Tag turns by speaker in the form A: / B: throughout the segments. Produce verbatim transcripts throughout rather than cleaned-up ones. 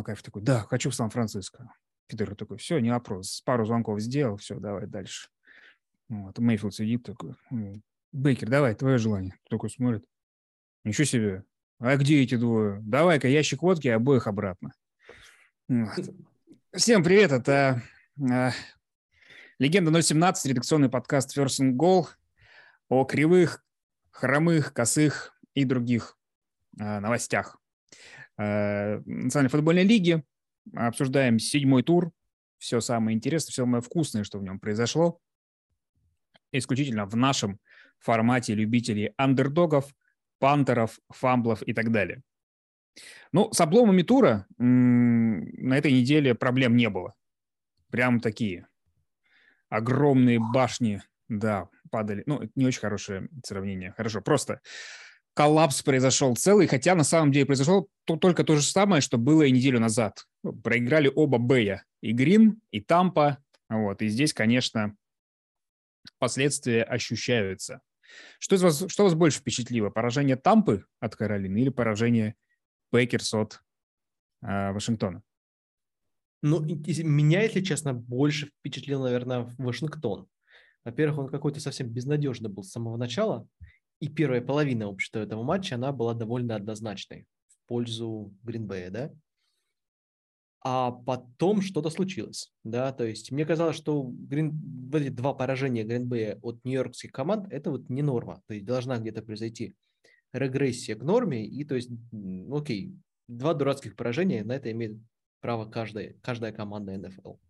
A: Макаев такой, да, хочу в Сан-Франциско. Питер такой, все, не вопрос. Пару звонков сделал, все, давай дальше. Вот. Мейфилд сидит такой, Бейкер, давай, твое желание. Такой смотрит. Ничего себе. А где эти двое? Давай-ка ящик водки, обоих обратно. Вот. Всем привет, это э, «Легенда ноль семнадцать», редакционный подкаст First and Goal о кривых, хромых, косых и других э, новостях э, Национальной футбольной лиги. Обсуждаем седьмой тур, все самое интересное, все самое вкусное, что в нем произошло. Исключительно в нашем формате любителей андердогов, пантеров, фамблов и так далее. Ну, с обломами тура м- на этой неделе проблем не было. Прям такие огромные башни, да, падали. Ну, это не очень хорошее сравнение. Хорошо, просто коллапс произошел целый, хотя на самом деле произошло то, только то же самое, что было и неделю назад. Проиграли оба Бэя, и Грин, и Тампа. Вот, и здесь, конечно, последствия ощущаются. Что, из вас, что вас больше впечатлило? Поражение Тампы от Каролины или поражение Пейкерс от э, Вашингтона?
B: Ну, меня, если честно, больше впечатлил, наверное, Вашингтон. Во-первых, он какой-то совсем безнадежный был с самого начала, и первая половина общества этого матча, она была довольно однозначной в пользу Грин-Бэя, да? А потом что-то случилось, да, то есть мне казалось, что Грин... эти два поражения Грин-Бэя от нью-йоркских команд, это вот не норма, то есть должна где-то произойти регрессия к норме, и то есть, окей, два дурацких поражения, на это имеет право каждая, каждая команда эн эф эл.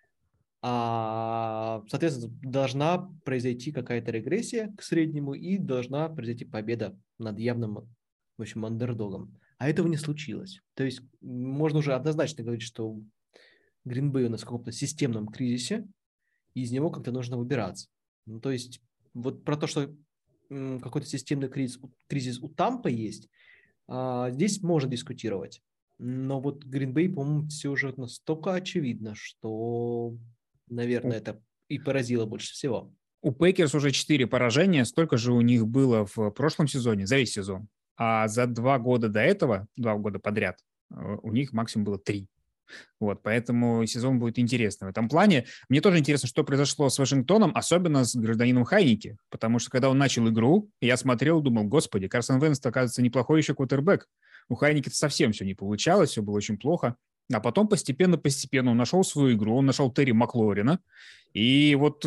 B: А, соответственно, должна произойти какая-то регрессия к среднему и должна произойти победа над явным, в общем, андердогом. А этого не случилось. То есть можно уже однозначно говорить, что Green Bay у нас в каком-то системном кризисе, и из него как-то нужно выбираться. Ну, то есть вот про то, что м, какой-то системный кризис, кризис у Тампа есть, а, здесь можно дискутировать. Но вот Green Bay, по-моему, все уже настолько очевидно, что, наверное,
A: У,
B: это и поразило больше всего.
A: у Пейкерс уже четыре поражения, столько же у них было в прошлом сезоне, за весь сезон. А за два года до этого, два года подряд, у них максимум было три. Вот, поэтому сезон будет интересный в этом плане. Мне тоже интересно, что произошло с Вашингтоном, особенно с гражданином Хайники, потому что когда он начал игру, я смотрел, думал, господи, Карсон Венс, оказывается, неплохой еще квотербек. У Хайники совсем все не получалось, все было очень плохо. А потом постепенно-постепенно он нашел свою игру, он нашел Терри Маклорина, и вот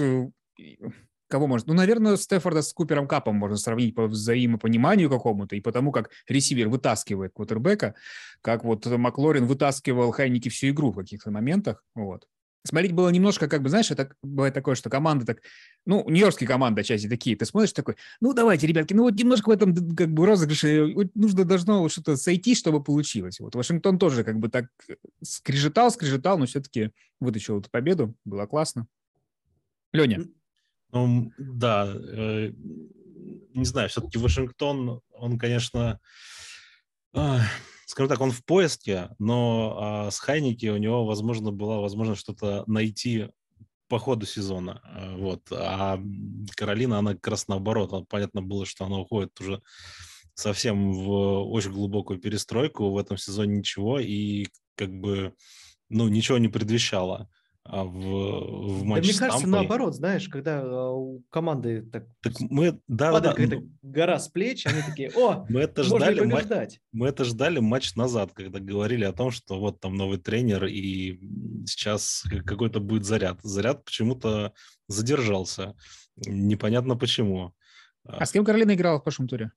A: кого может? Ну, наверное, Стефорда с Купером Капом можно сравнить по взаимопониманию какому-то и потому, как ресивер вытаскивает квотербека, как вот Маклорин вытаскивал Хайники всю игру в каких-то моментах. Вот. Смотреть было немножко, как бы, знаешь, это бывает такое, что команды так, ну, нью-йоркские команды отчасти такие, ты смотришь такой, ну, давайте, ребятки, ну, вот немножко в этом, как бы, розыгрыше нужно, должно что-то сойти, чтобы получилось. Вот Вашингтон тоже, как бы, так скрежетал, скрежетал, но все-таки вытащил эту победу, было классно. Леня.
C: Ну, да, э, не знаю, все-таки Вашингтон, он, конечно, э, скажем так, он в поиске, но э, с Хайники у него, возможно, была возможность что-то найти по ходу сезона. Э, вот. А Каролина, она как раз наоборот. Понятно было, что она уходит уже совсем в очень глубокую перестройку. В этом сезоне ничего, и как бы, ну, ничего не предвещало. А в, в матче
B: да мне
C: с
B: кажется,
C: Тампой...
B: наоборот, знаешь, когда у команды так,
C: так мы, да,
B: падает
C: да,
B: какая-то гора с плеч, они такие, о,
C: мы это
B: можно
C: ждали,
B: и побеждать.
C: Мы это ждали матч назад, когда говорили о том, что вот там новый тренер, и сейчас какой-то будет заряд. Заряд почему-то задержался. Непонятно почему.
A: А с кем Каролина играла в прошлом туре?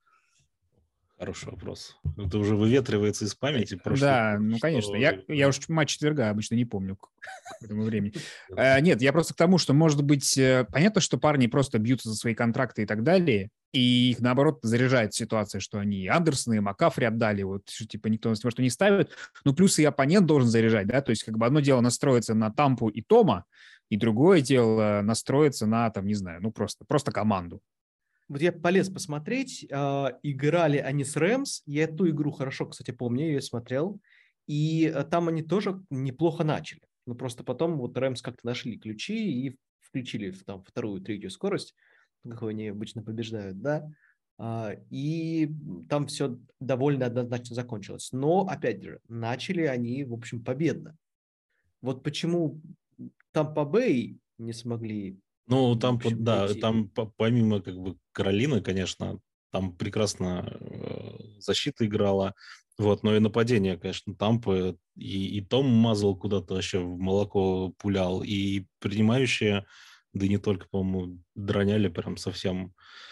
C: Хороший вопрос. Это уже выветривается из памяти.
A: Да, ну, конечно. Я, я уж матч четверга обычно не помню к этому времени. Нет, я просто к тому, что, может быть, понятно, что парни просто бьются за свои контракты и так далее, и их, наоборот, заряжает ситуация, что они Андерсона и Макафри отдали, вот, что, типа, никто на что не ставит. Ну, плюс и оппонент должен заряжать, да, то есть, как бы, одно дело настроиться на Тампу и Тома, и другое дело настроиться на, там, не знаю, ну, просто, просто команду.
B: Вот я полез посмотреть, э, играли они с Рэмс, я эту игру хорошо, кстати, помню, я ее смотрел, и э, там они тоже неплохо начали. Ну, просто потом вот Рэмс как-то нашли ключи и включили в, там, вторую, третью скорость, какой они обычно побеждают, да. А, И там все довольно однозначно закончилось. Но, опять же, начали они, в общем, победно. Вот почему Тампа Бэй не смогли,
C: Ну,
B: в
C: там, по-
B: общем,
C: да,
B: найти.
C: там по- помимо как бы Каролины, конечно, там прекрасно э, защита играла, вот, но и нападение, конечно, Тампы, и, и Том мазал куда-то вообще в молоко пулял, и принимающие, да и не только, по-моему, дроняли прям совсем,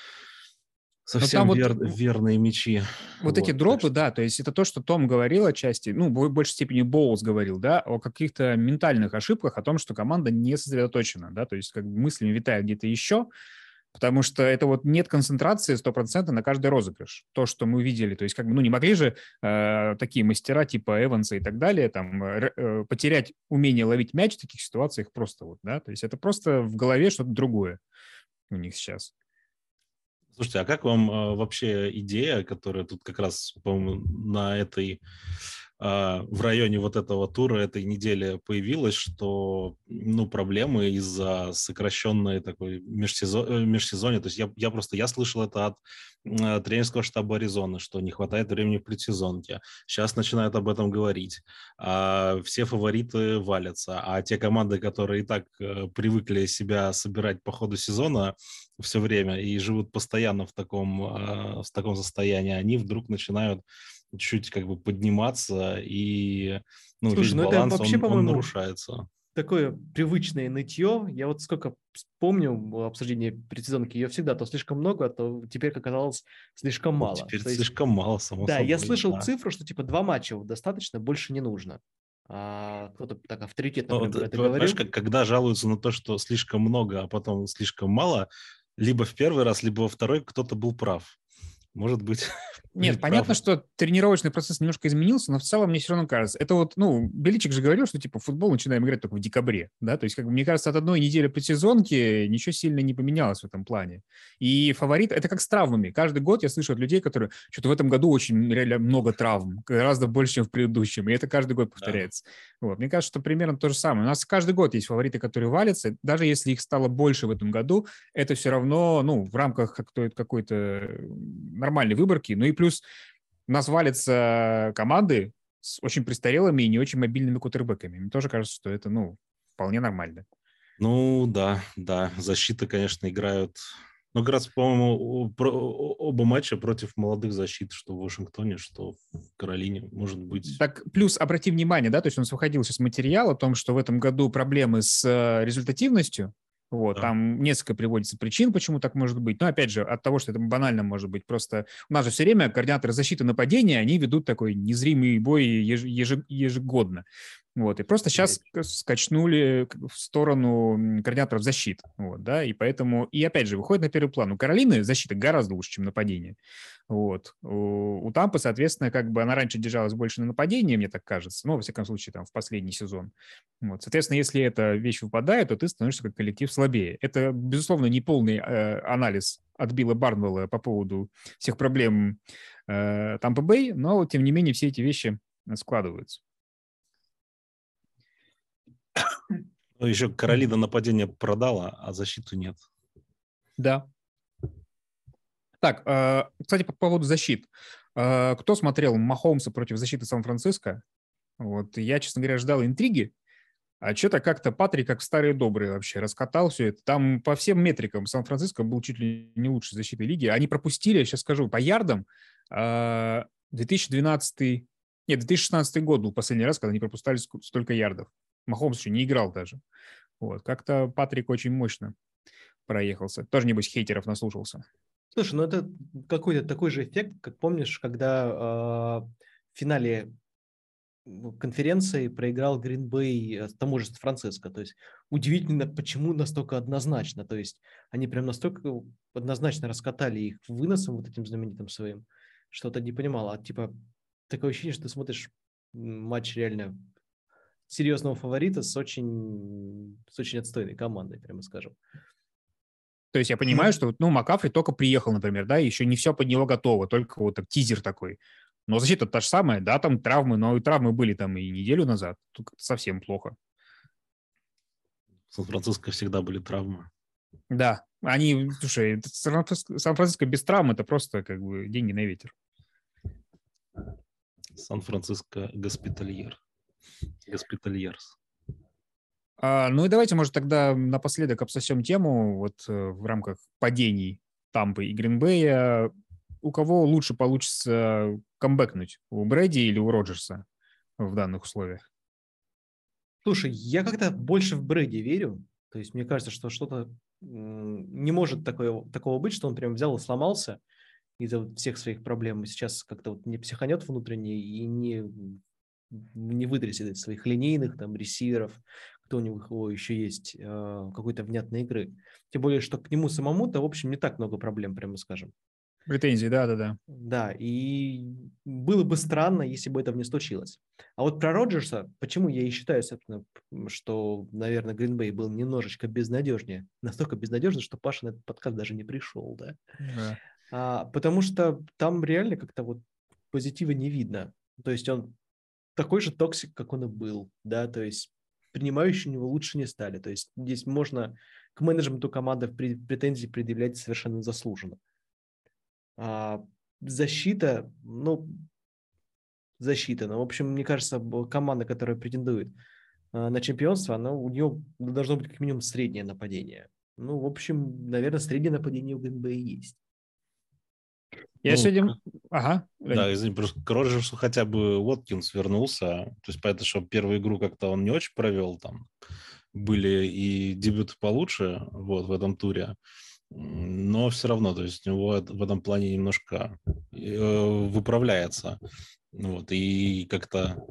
A: Но там
C: совсем
A: вот
C: вер- верные мячи,
A: вот эти
C: вот, так
A: дропы,
C: что...
A: да, то есть это то, что Том говорил отчасти, ну, в большей степени Боулс говорил, да, о каких-то ментальных ошибках, о том, что команда не сосредоточена, да, то есть как бы мыслями витает где-то еще, потому что это вот нет концентрации стопроцентно на каждый розыгрыш. То, что мы видели, то есть как бы, ну, не могли же э, такие мастера типа Эванса и так далее там э, э, потерять умение ловить мяч в таких ситуациях просто вот, да, то есть это просто в голове что-то другое у них сейчас.
C: Слушайте, а как вам э, вообще идея, которая тут как раз, по-моему, на этой, э, в районе вот этого тура этой недели появилась, что, ну, проблемы из-за сокращенной такой межсезон, э, межсезонья, то есть я, я просто, я слышал это от э, тренерского штаба Аризоны, что не хватает времени в предсезонке. Сейчас начинают об этом говорить. А все фавориты валятся, а те команды, которые и так э, привыкли себя собирать по ходу сезона, все время и живут постоянно в таком, а, в таком состоянии, они вдруг начинают чуть как бы подниматься, и ну, весь
B: Слушай, ну это
C: баланс,
B: вообще,
C: он, он
B: по-моему,
C: нарушается.
B: такое привычное нытье. Я вот сколько помню обсуждение предсезонки, ее всегда то слишком много, то теперь, как оказалось, слишком
C: Вот
B: мало.
C: теперь
B: То есть,
C: слишком мало, само
B: да, я
C: собой,
B: слышал
C: да.
B: цифру, что типа два матча вот достаточно, больше не нужно. А, кто-то так авторитетно
C: Но,
B: прям
C: вот,
B: про
C: э,
B: это
C: понимаешь,
B: говорил.
C: как, когда жалуются на то, что слишком много, а потом слишком мало, либо в первый раз, либо во второй кто-то был прав. Может быть, были
A: Нет, понятно,
C: правы.
A: что тренировочный процесс немножко изменился, но в целом мне все равно кажется. Это вот, ну, Беличик же говорил, что типа в футбол начинаем играть только в декабре, да, то есть, как бы, мне кажется, от одной недели предсезонки ничего сильно не поменялось в этом плане. И фаворит, это как с травмами. Каждый год я слышу от людей, которые что-то в этом году очень реально много травм, гораздо больше, чем в предыдущем, и это каждый год
C: Да.
A: повторяется. Вот. Мне кажется, что примерно то же самое. У нас каждый год есть фавориты, которые валятся, даже если их стало больше в этом году, это все равно, ну, в рамках какой-то нормальной выборки, ну и плюс у нас валятся команды с очень престарелыми и не очень мобильными кутербэками. Мне тоже кажется, что это, ну, вполне нормально.
C: Ну, да, да, защиты, конечно, играют. Ну, как раз, по-моему, про- оба матча против молодых защит, что в Вашингтоне, что в Каролине, может быть.
A: Так, плюс обрати внимание, да, то есть у нас выходил сейчас материал о том, что в этом году проблемы с э, результативностью. Вот,
C: Да.
A: там несколько приводится причин, почему так может быть. Но, опять же, от того, что это банально может быть. Просто у нас же все время координаторы защиты нападения, они ведут такой незримый бой еж- еж- ежегодно. Вот, и просто сейчас скачнули в сторону координаторов защит. Вот, да, и поэтому, и опять же, выходит на первый план. У Каролины защита гораздо лучше, чем нападение. Вот. У, у Тампы, соответственно, как бы она раньше держалась больше на нападении, мне так кажется, ну, во всяком случае, там, в последний сезон. Вот. Соответственно, если эта вещь выпадает, то ты становишься как коллектив слабее. Это, безусловно, не полный э, анализ от Билла Барнвелла по поводу всех проблем э, Тампа Бэй, но, тем не менее, все эти вещи складываются.
C: Ну, еще Каролина нападение продала, а защиту нет.
A: Да. Так, э, кстати, по поводу защит. Э, кто смотрел Махомса против защиты Сан-Франциско? Вот, я, честно говоря, ждал интриги, а что-то как-то Патрик, как старые добрые вообще, раскатал все это. Там по всем метрикам Сан-Франциско был чуть ли не лучшей защитой лиги. Они пропустили, сейчас скажу, по ярдам э, две тысячи двенадцатый, нет, две тысячи шестнадцатый год был последний раз, когда они пропускали столько ярдов. Махомс еще не играл даже. Вот, как-то Патрик очень мощно проехался. Тоже, небось, хейтеров наслушался.
B: Слушай, ну это какой-то такой же эффект, как помнишь, когда э, в финале конференции проиграл Green Bay тому же Сан-Франциско. То есть удивительно, почему настолько однозначно. То есть они прям настолько однозначно раскатали их выносом вот этим знаменитым своим, что ты не понимал. А типа такое ощущение, что ты смотришь матч реально серьезного фаворита с очень, с очень отстойной командой, прямо скажем.
A: То есть я понимаю, что ну, Макафри только приехал, например, да, еще не все под него готово, только вот так, тизер такой. Но защита та же самая, да, там травмы, но и травмы были там и неделю назад. Тут совсем плохо.
C: В Сан-Франциско всегда были травмы.
A: Да, Они, слушай, Сан-Франциско без травм это просто как бы деньги на ветер.
C: Сан-Франциско госпитальер. Госпитальерс.
A: А, ну и давайте, может, тогда напоследок обсосем тему вот в рамках падений Тампы и Грин-Бэя. У кого лучше получится камбэкнуть? У Брэди или у Роджерса в данных условиях?
B: Слушай, я как-то больше в Брэди верю. То есть мне кажется, что что-то не может такое, такого быть, что он прям взял и сломался из-за вот всех своих проблем. И сейчас как-то вот не психанет внутренне и не, не вытрясет из своих линейных там ресиверов, кто у него еще есть, какой-то внятной игры. Тем более, что к нему самому-то, в общем, не так много проблем, прямо скажем.
A: Претензии, да-да-да.
B: Да, и было бы странно, если бы этого не случилось. А вот про Роджерса, почему я и считаю, собственно, что, наверное, Грин-Бэй был немножечко безнадежнее, настолько безнадежно, что Паша на этот подкаст даже не пришел, да?
A: Да.
B: А, потому что там реально как-то вот позитива не видно. То есть он такой же токсик, как он и был, да, то есть принимающие у него лучше не стали. То есть здесь можно к менеджменту команды претензии предъявлять совершенно заслуженно. А, защита, ну, защита, ну, в общем, мне кажется, команда, которая претендует а, на чемпионство, она, у нее должно быть как минимум среднее нападение. Ну, в общем, наверное, среднее нападение у Грин-Бэя есть.
A: Я
C: Ну,
A: сегодня... Ага.
C: Да, извини, просто к Роджерсу хотя бы Уоткинс вернулся. То есть, понятно, что первую игру как-то он не очень провел. Там были и дебюты получше вот, в этом туре. Но все равно, то есть у него в этом плане немножко э, выправляется. Вот, и как-то...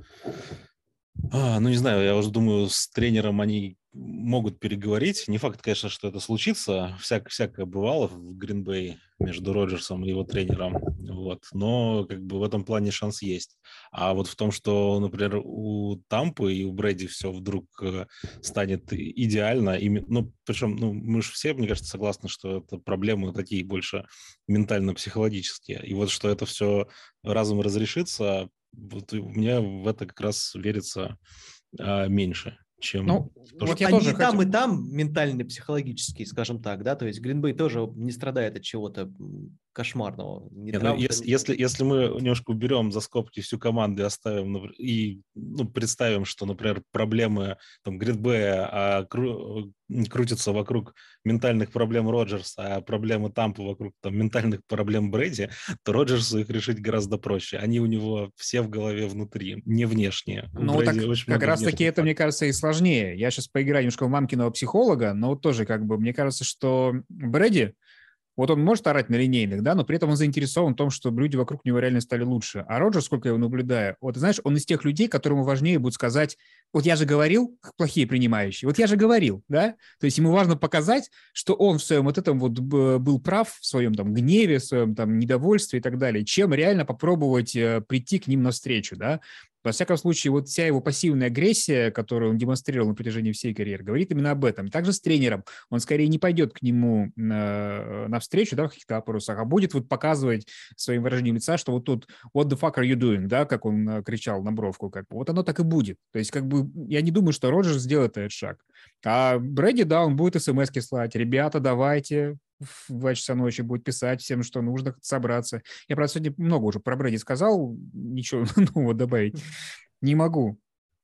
C: А, ну, не знаю, я уже думаю, с тренером они могут переговорить. Не факт, конечно, что это случится. Всяк, всякое бывало в Грин-Бэй между Роджерсом и его тренером. Вот. Но как бы в этом плане шанс есть. А вот в том, что, например, у Тампы и у Брэди все вдруг станет идеально. И, ну, причем ну, мы же все, мне кажется, согласны, что это проблемы такие больше ментально-психологические. И вот что это все разом разрешится, вот у меня в это как раз верится а, меньше, чем...
A: Ну,
C: то,
A: вот
B: что...
A: я
B: Они
A: тоже
B: и там,
A: хотел...
B: и там ментальные, психологические, скажем так, да, то есть Грин-Бэй тоже не страдает от чего-то кошмарного. Не
C: Не, ну, если, если, если мы немножко уберем за скобки всю команду и оставим, и ну, представим, что, например, проблемы там, Грин-Бэя а, кру, крутятся вокруг ментальных проблем Роджерса, а проблемы Тампы вокруг там, ментальных проблем Брэди, то Роджерсу их решить гораздо проще. Они у него все в голове внутри, не внешние. У
A: Ну,
C: Брэди
A: так
C: очень
A: как
C: много
A: раз-таки это,
C: факторов.
A: мне кажется, и сложнее. Я сейчас поиграю немножко в мамкиного психолога, но вот тоже как бы мне кажется, что Брэди, вот он может орать на линейных, да, но при этом он заинтересован в том, чтобы люди вокруг него реально стали лучше. А Роджер, сколько я его наблюдаю, вот знаешь, он из тех людей, которому важнее будет сказать, вот я же говорил, плохие принимающие, вот я же говорил, да, то есть ему важно показать, что он в своем вот этом вот был прав, в своем там гневе, в своем там недовольстве и так далее, чем реально попробовать прийти к ним навстречу, да. Во всяком случае, вот вся его пассивная агрессия, которую он демонстрировал на протяжении всей карьеры, говорит именно об этом. Также с тренером. Он скорее не пойдет к нему на, навстречу, да, в каких-то вопросах, а будет вот показывать своим выражением лица, что вот тут what the fuck are you doing, да, как он кричал на бровку, как бы. Вот оно так и будет. То есть как бы я не думаю, что Роджерс сделает этот шаг. А Брэди, да, он будет смс-ки слать. Ребята, давайте, в два часа ночи будет писать всем, что нужно собраться. Я, правда, сегодня много уже про Брэди сказал, ничего нового добавить не могу.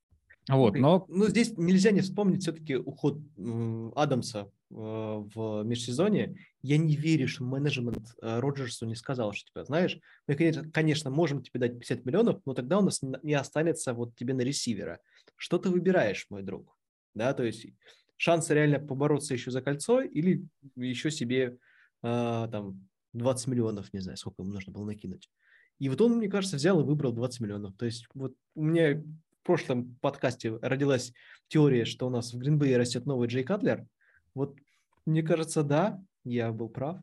A: Вот,
B: okay.
A: но...
B: Ну, здесь нельзя не вспомнить все-таки уход э, Адамса э, в межсезонье. Я не верю, что менеджмент э, Роджерсу не сказал, что, типа, знаешь, мы, конечно, конечно, можем тебе дать пятьдесят миллионов, но тогда у нас не останется вот тебе на ресивера. Что ты выбираешь, мой друг? Да, то есть шансы реально побороться еще за кольцо или еще себе э, там двадцать миллионов, не знаю, сколько ему нужно было накинуть. И вот он, мне кажется, взял и выбрал двадцать миллионов. То есть вот у меня в прошлом подкасте родилась теория, что у нас в Грин-Бэе растет новый Джей Катлер. Вот мне кажется, да, я был прав.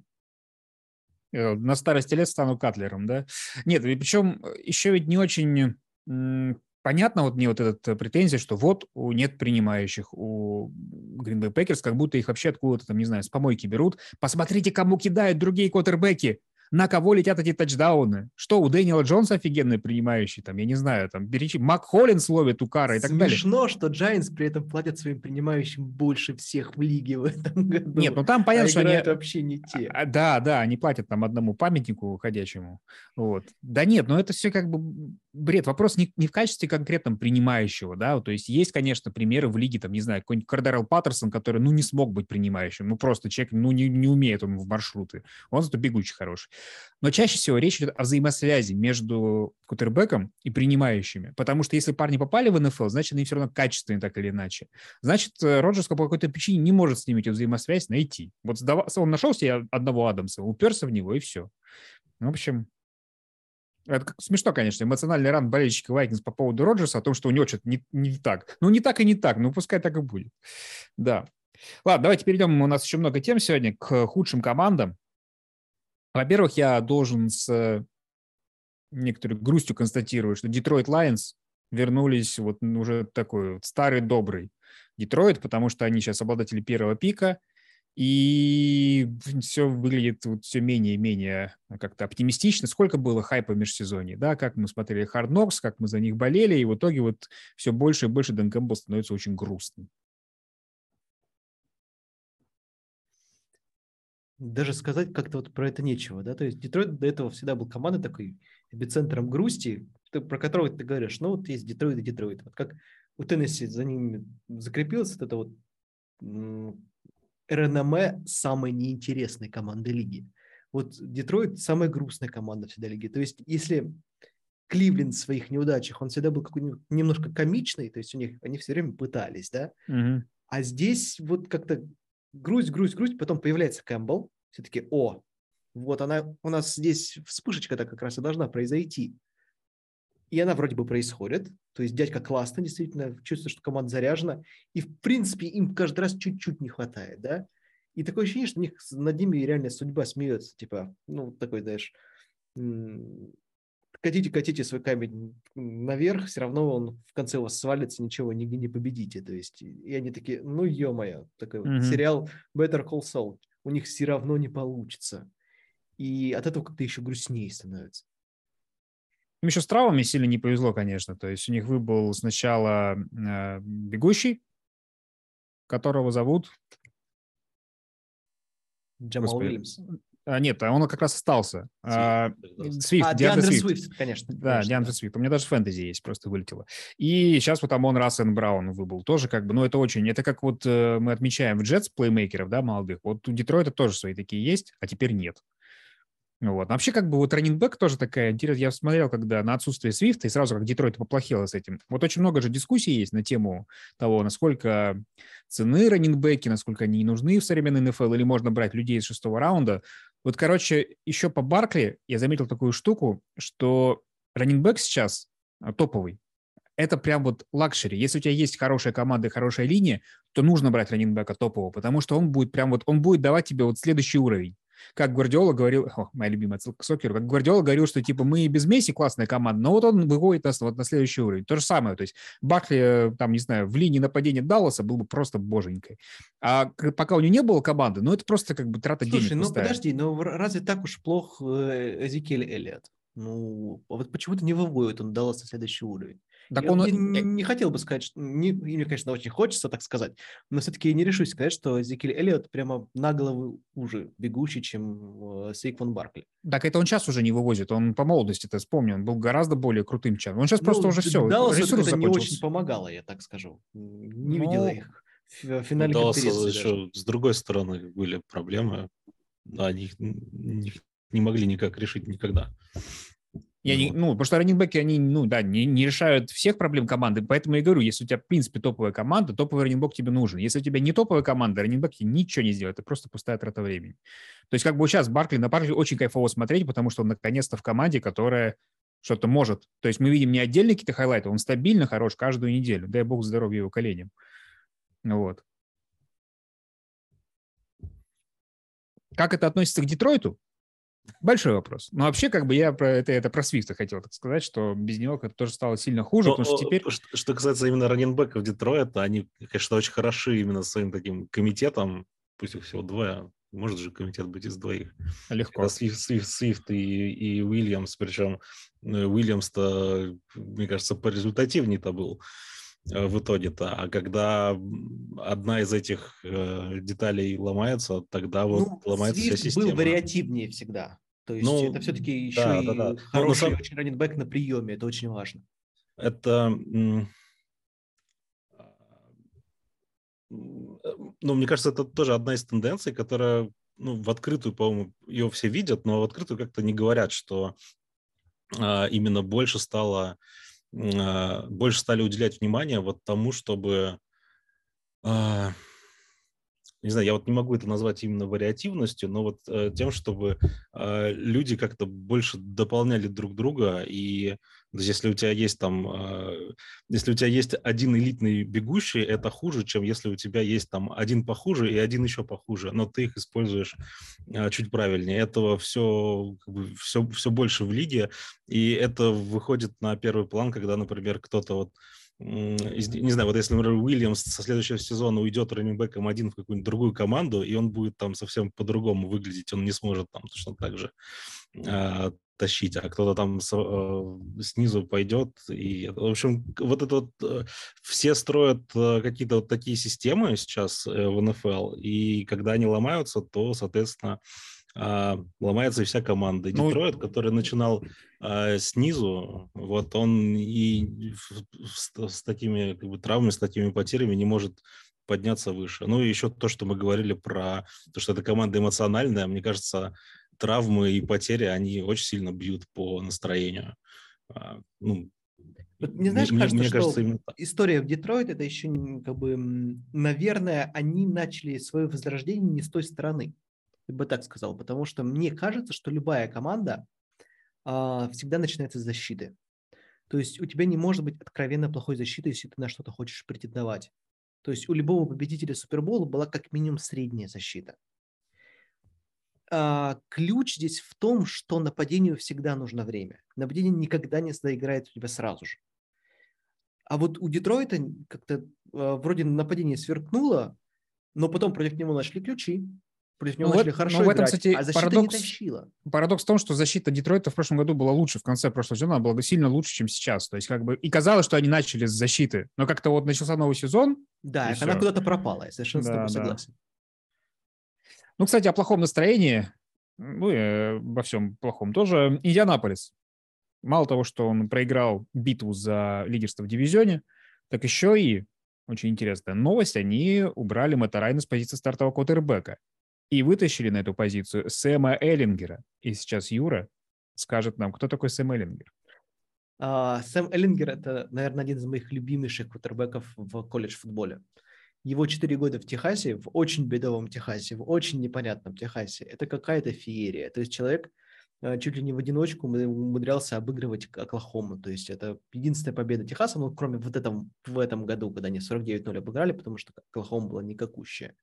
A: На старости лет стану Катлером, да? Нет, и причем еще ведь не очень... Понятно вот мне вот эта претензия, что вот нет принимающих у Green Bay Packers, как будто их вообще откуда-то там, не знаю, с помойки берут. Посмотрите, кому кидают другие квотербеки. На кого летят эти тачдауны? Что, у Дэниела Джонса офигенный принимающий? Там, я не знаю, там, перечи... Мак Холлинс ловит у Кара и так далее.
B: Смешно, что Giants при этом платят своим принимающим больше всех в лиге в этом году.
A: Нет, ну там понятно,
B: а
A: что они...
B: вообще не те.
A: А, да, да, они платят там одному памятнику ходячему. Вот. Да нет, но это все как бы бред. Вопрос не, не в качестве конкретном принимающего, да, то есть есть, конечно, примеры в лиге, там, не знаю, какой-нибудь Кардарел Паттерсон, который, ну, не смог быть принимающим, ну, просто человек, ну, не, не умеет он в маршруты, он зато бегущий хороший. Но чаще всего речь идет о взаимосвязи между квотербеком и принимающими, потому что если парни попали в эн эф эл, значит, они все равно качественные так или иначе. Значит, Роджерс по какой-то причине не может с ними эту взаимосвязь найти. Вот он нашел себе одного Адамса, уперся в него, и все. В общем, это смешно, конечно, эмоциональный ран болельщика Вайкингс по поводу Роджерса о том, что у него что-то не, не так. Ну, не так и не так, ну, пускай так и будет. Да. Ладно, давайте перейдем, у нас еще много тем сегодня, к худшим командам. Во-первых, я должен с некоторой грустью констатировать, что Детройт Лайонс вернулись вот уже такой вот старый добрый Детройт, потому что они сейчас обладатели первого пика, и все выглядит вот все менее и менее как-то оптимистично. Сколько было хайпа в межсезонье, да, как мы смотрели Hard Knocks, как мы за них болели, и в итоге вот все больше и больше Дэн Кэмпбелл становится очень грустным.
B: Даже сказать как-то вот про это нечего, да, то есть Детройт до этого всегда был командой такой эпицентром грусти, про которого ты говоришь, ну вот есть Детройт и Детройт, вот как у Теннесси за ними закрепилось вот это вот эр эн эм э самой неинтересной команды лиги. Вот Детройт самая грустная команда всегда лиги. То есть если Кливленд в своих неудачах, он всегда был какой-нибудь немножко комичный, то есть у них они все время пытались, да,
A: Mm-hmm.
B: а здесь вот как-то грусть, грусть, грусть, потом появляется Кэмпбелл, все-таки, о, вот она, у нас здесь вспышечка-то как раз и должна произойти. И она вроде бы происходит, то есть дядька классно, действительно, чувствуется, что команда заряжена, и в принципе им каждый раз чуть-чуть не хватает, да, и такое ощущение, что у них над ними реально судьба смеется, типа, ну, такой, знаешь, катите, катите свой камень наверх, все равно он в конце у вас свалится, ничего не, не победите, то есть, и они такие, ну, ё-моё, такой
A: Mm-hmm.
B: вот сериал Better Call Saul, у них все равно не получится, и от этого как-то еще грустнее становится.
A: Им еще с травмами сильно не повезло, конечно. То есть у них выбыл сначала э, бегущий, которого зовут...
B: Джамал
A: Господи.
B: Уильямс.
A: А, нет, он как раз остался. Свифт,
B: а,
A: Диандре
B: Свифт.
A: Свифт,
B: конечно.
A: Да,
B: конечно,
A: Диандре
B: да.
A: Свифт. У меня даже фэнтези есть, просто вылетело. И сейчас вот Амон-Ра Сент Браун выбыл. Тоже как бы, ну это очень... Это как вот э, мы отмечаем в Джетс плеймейкеров, да, молодых. Вот у Детройта тоже свои такие есть, а теперь нет. Вот. Вообще, как бы вот раннингбэк тоже такая интересная. Я смотрел, когда на отсутствие Свифта, и сразу как Детройт поплохело с этим. Вот очень много же дискуссий есть на тему того, насколько цены раннингбэки, насколько они не нужны в современной эн эф эл, или можно брать людей из шестого раунда. Вот, короче, еще по Баркли я заметил такую штуку, что раннингбэк сейчас топовый. Это прям вот лакшери. Если у тебя есть хорошая команда и хорошая линия, то нужно брать раннингбэка топового, потому что он будет прям вот, он будет давать тебе вот следующий уровень. Как Гвардиола говорил, о, моя любимая отсылка к сокеру, как Гвардиола говорил, что типа мы и без Месси классная команда, но вот он выходит на, вот, на следующий уровень. То же самое, то есть Баркли, там, не знаю, в линии нападения Далласа был бы просто боженькой. А пока у него не было команды, ну это просто как бы трата
B: Слушай,
A: денег.
B: ну
A: пустая.
B: подожди, ну разве так уж плох Эзекиэль Эллиott? Ну, вот почему-то не выводит он Даллас на следующий уровень.
A: Так
B: я
A: он...
B: не, не хотел бы сказать, что... Не, мне, конечно, очень хочется так сказать, но все-таки я не решусь сказать, что Эзекиэль Эллиott прямо на голову уже бегущий, чем э, Сейквон Баркли.
A: Так это он сейчас уже не вывозит. Он по молодости-то, вспомни, он был гораздо более крутым, чем... Он сейчас ну, просто уже все,
B: Далласу
A: ресурс
B: это не
A: закончился.
B: очень помогало, я так скажу. Не
A: но...
B: видела их в финале
C: Далласа
B: конференции
C: еще
B: даже.
C: с другой стороны были проблемы. Они их не, не могли никак решить никогда.
A: Я ну. Не, ну, потому что раннингбеки, они, ну, да, не, не решают всех проблем команды, поэтому я говорю, если у тебя, в принципе, топовая команда, топовый раннингбэк тебе нужен. Если у тебя не топовая команда, раннингбэк ничего не сделает, это просто пустая трата времени. То есть, как бы сейчас Баркли, на Баркли очень кайфово смотреть, потому что он наконец-то в команде, которая что-то может. То есть мы видим не отдельные какие-то хайлайты, он стабильно хорош каждую неделю. Дай бог здоровья его коленям. Вот. Как это относится к Детройту? Большой вопрос. Но вообще, как бы я про это, это про Свифта хотел так сказать, что без него это тоже стало сильно хуже,
C: Но,
A: потому что теперь...
C: Что, что касается именно раннинбеков Детройта, они, конечно, очень хороши именно своим таким комитетом, пусть их всего двое, может же комитет быть из двоих.
A: Легко.
C: Когда Свифт, Свифт, Свифт и, и Уильямс, причем Уильямс-то, мне кажется, порезультативнее-то был в итоге-то. А когда одна из этих э, деталей ломается, тогда вот
B: Ну,
C: ломается вся
B: Свифт
C: система.
B: был вариативнее всегда. То есть
C: Ну,
B: это все-таки еще
C: да,
B: и
C: да, да.
B: хороший
C: самом...
B: очень раннинбэк на приеме. Это очень важно.
C: Это... Ну, мне кажется, это тоже одна из тенденций, которая, ну, в открытую, по-моему, ее все видят, но в открытую как-то не говорят, что а, именно больше стало, а, больше стали уделять внимание вот тому, чтобы, а, не знаю, я вот не могу это назвать именно вариативностью, но вот а, тем, чтобы а, люди как-то больше дополняли друг друга, и то есть, если у тебя есть там, э, если у тебя есть один элитный бегущий, это хуже, чем если у тебя есть там один похуже и один еще похуже, но ты их используешь э, чуть правильнее. Этого все, как бы, все, все больше в лиге, и это выходит на первый план, когда, например, кто-то вот, не знаю, вот если, например, Уильямс со следующего сезона уйдет раннингбэком один в какую-нибудь другую команду, и он будет там совсем по-другому выглядеть, он не сможет там точно так же э, тащить, а кто-то там с, э, снизу пойдет. И, в общем, вот это вот э, все строят э, какие-то вот такие системы сейчас э, в эн эф эл, и когда они ломаются, то, соответственно, э, ломается и вся команда.
A: Ну,
C: Детройт, который начинал э, снизу, вот он и с, с такими как бы травмами, с такими потерями не может подняться выше. Ну и еще то, что мы говорили про то, что эта команда эмоциональная, мне кажется, травмы и потери, они очень сильно бьют по настроению. Ну,
B: вот, мне, знаешь,
C: мне,
B: кажется,
C: мне
B: что
C: кажется, именно так.
B: История в Детройт, это еще, как бы, наверное, они начали свое возрождение не с той стороны, я бы так сказал, потому что мне кажется, что любая команда а, всегда начинается с защиты. То есть у тебя не может быть откровенно плохой защиты, если ты на что-то хочешь претендовать. То есть у любого победителя Супербола была как минимум средняя защита. А, ключ здесь в том, что нападению всегда нужно время. Нападение никогда не заиграет у тебя сразу же. А вот у Детройта как-то а, вроде нападение сверкнуло, но потом против него нашли ключи, против него
A: ну,
B: начали
A: в,
B: хорошо
A: ну, в этом,
B: играть,
A: кстати,
B: а защита
A: парадокс,
B: не тащила.
A: Парадокс в том, что защита Детройта в прошлом году была лучше, в конце прошлого сезона была сильно лучше, чем сейчас. То есть как бы и казалось, что они начали с защиты, но как-то вот начался новый сезон.
B: Да,
A: и
B: она
A: все.
B: куда-то пропала, я совершенно с тобой
A: Да, да.
B: согласен.
A: Ну, кстати, о плохом настроении, ну и обо всем плохом тоже. Индианаполис. Мало того, что он проиграл битву за лидерство в дивизионе, так еще и, очень интересная новость, они убрали Мэтта Райана с позиции стартового квотербека и вытащили на эту позицию Сэма Эллингера. И сейчас Юра скажет нам, кто такой Сэм Эллингер.
B: А, Сэм Эллингер – это, наверное, один из моих любимейших квотербеков в колледж-футболе. Его четыре года в Техасе, в очень бедовом Техасе, в очень непонятном Техасе. Это какая-то феерия. То есть человек чуть ли не в одиночку умудрялся обыгрывать Оклахому. То есть это единственная победа Техаса, ну, кроме вот этом, в этом году, когда они сорок девять ноль обыграли, потому что Оклахома была никакущая.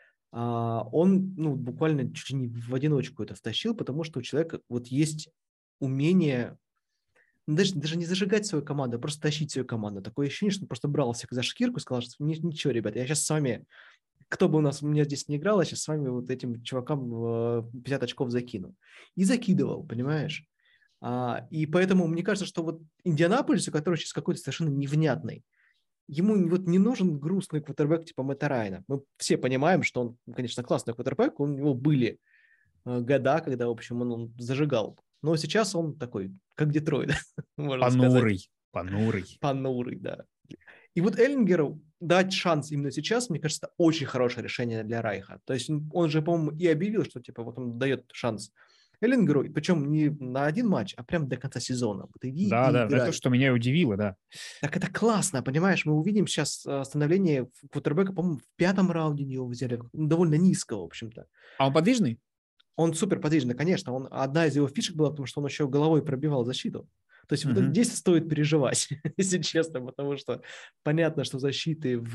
B: А, он, ну, буквально чуть ли не в одиночку это втащил, потому что у человека вот есть умение даже, даже не зажигать свою команду, а просто тащить свою команду. Такое ощущение, что он просто брал всех за шкирку и сказал, что ничего, ребята, я сейчас с вами, кто бы у нас у меня здесь не играл, я сейчас с вами вот этим чувакам пятьдесят очков закину. И закидывал, понимаешь? А, и поэтому мне кажется, что вот Индианаполис, у которого сейчас какой-то совершенно невнятный, ему вот не нужен грустный квотербек типа Мэтта Райана. Мы все понимаем, что он, конечно, классный квотербек, у него были года, когда, в общем, он, он зажигал. Но сейчас он такой, как Детройт, можно
A: Понурый,
B: сказать.
A: понурый.
B: Понурый, да. И вот Эллингеру дать шанс именно сейчас, мне кажется, это очень хорошее решение для Райха. То есть он, он же, по-моему, и объявил, что типа вот он дает шанс Эллингеру, причем не на один матч, а прям до конца сезона. Вот иди
A: Да,
B: и
A: да,
B: играй.
A: это что меня удивило, да.
B: Так это классно, понимаешь? Мы увидим сейчас становление квотербека, по-моему, в пятом раунде его взяли, довольно низко, в общем-то.
A: А он подвижный?
B: Он супер подвижный, конечно. Он, одна из его фишек была, потому что он еще головой пробивал защиту. То есть uh-huh. вот здесь стоит переживать, если честно, потому что понятно, что защиты в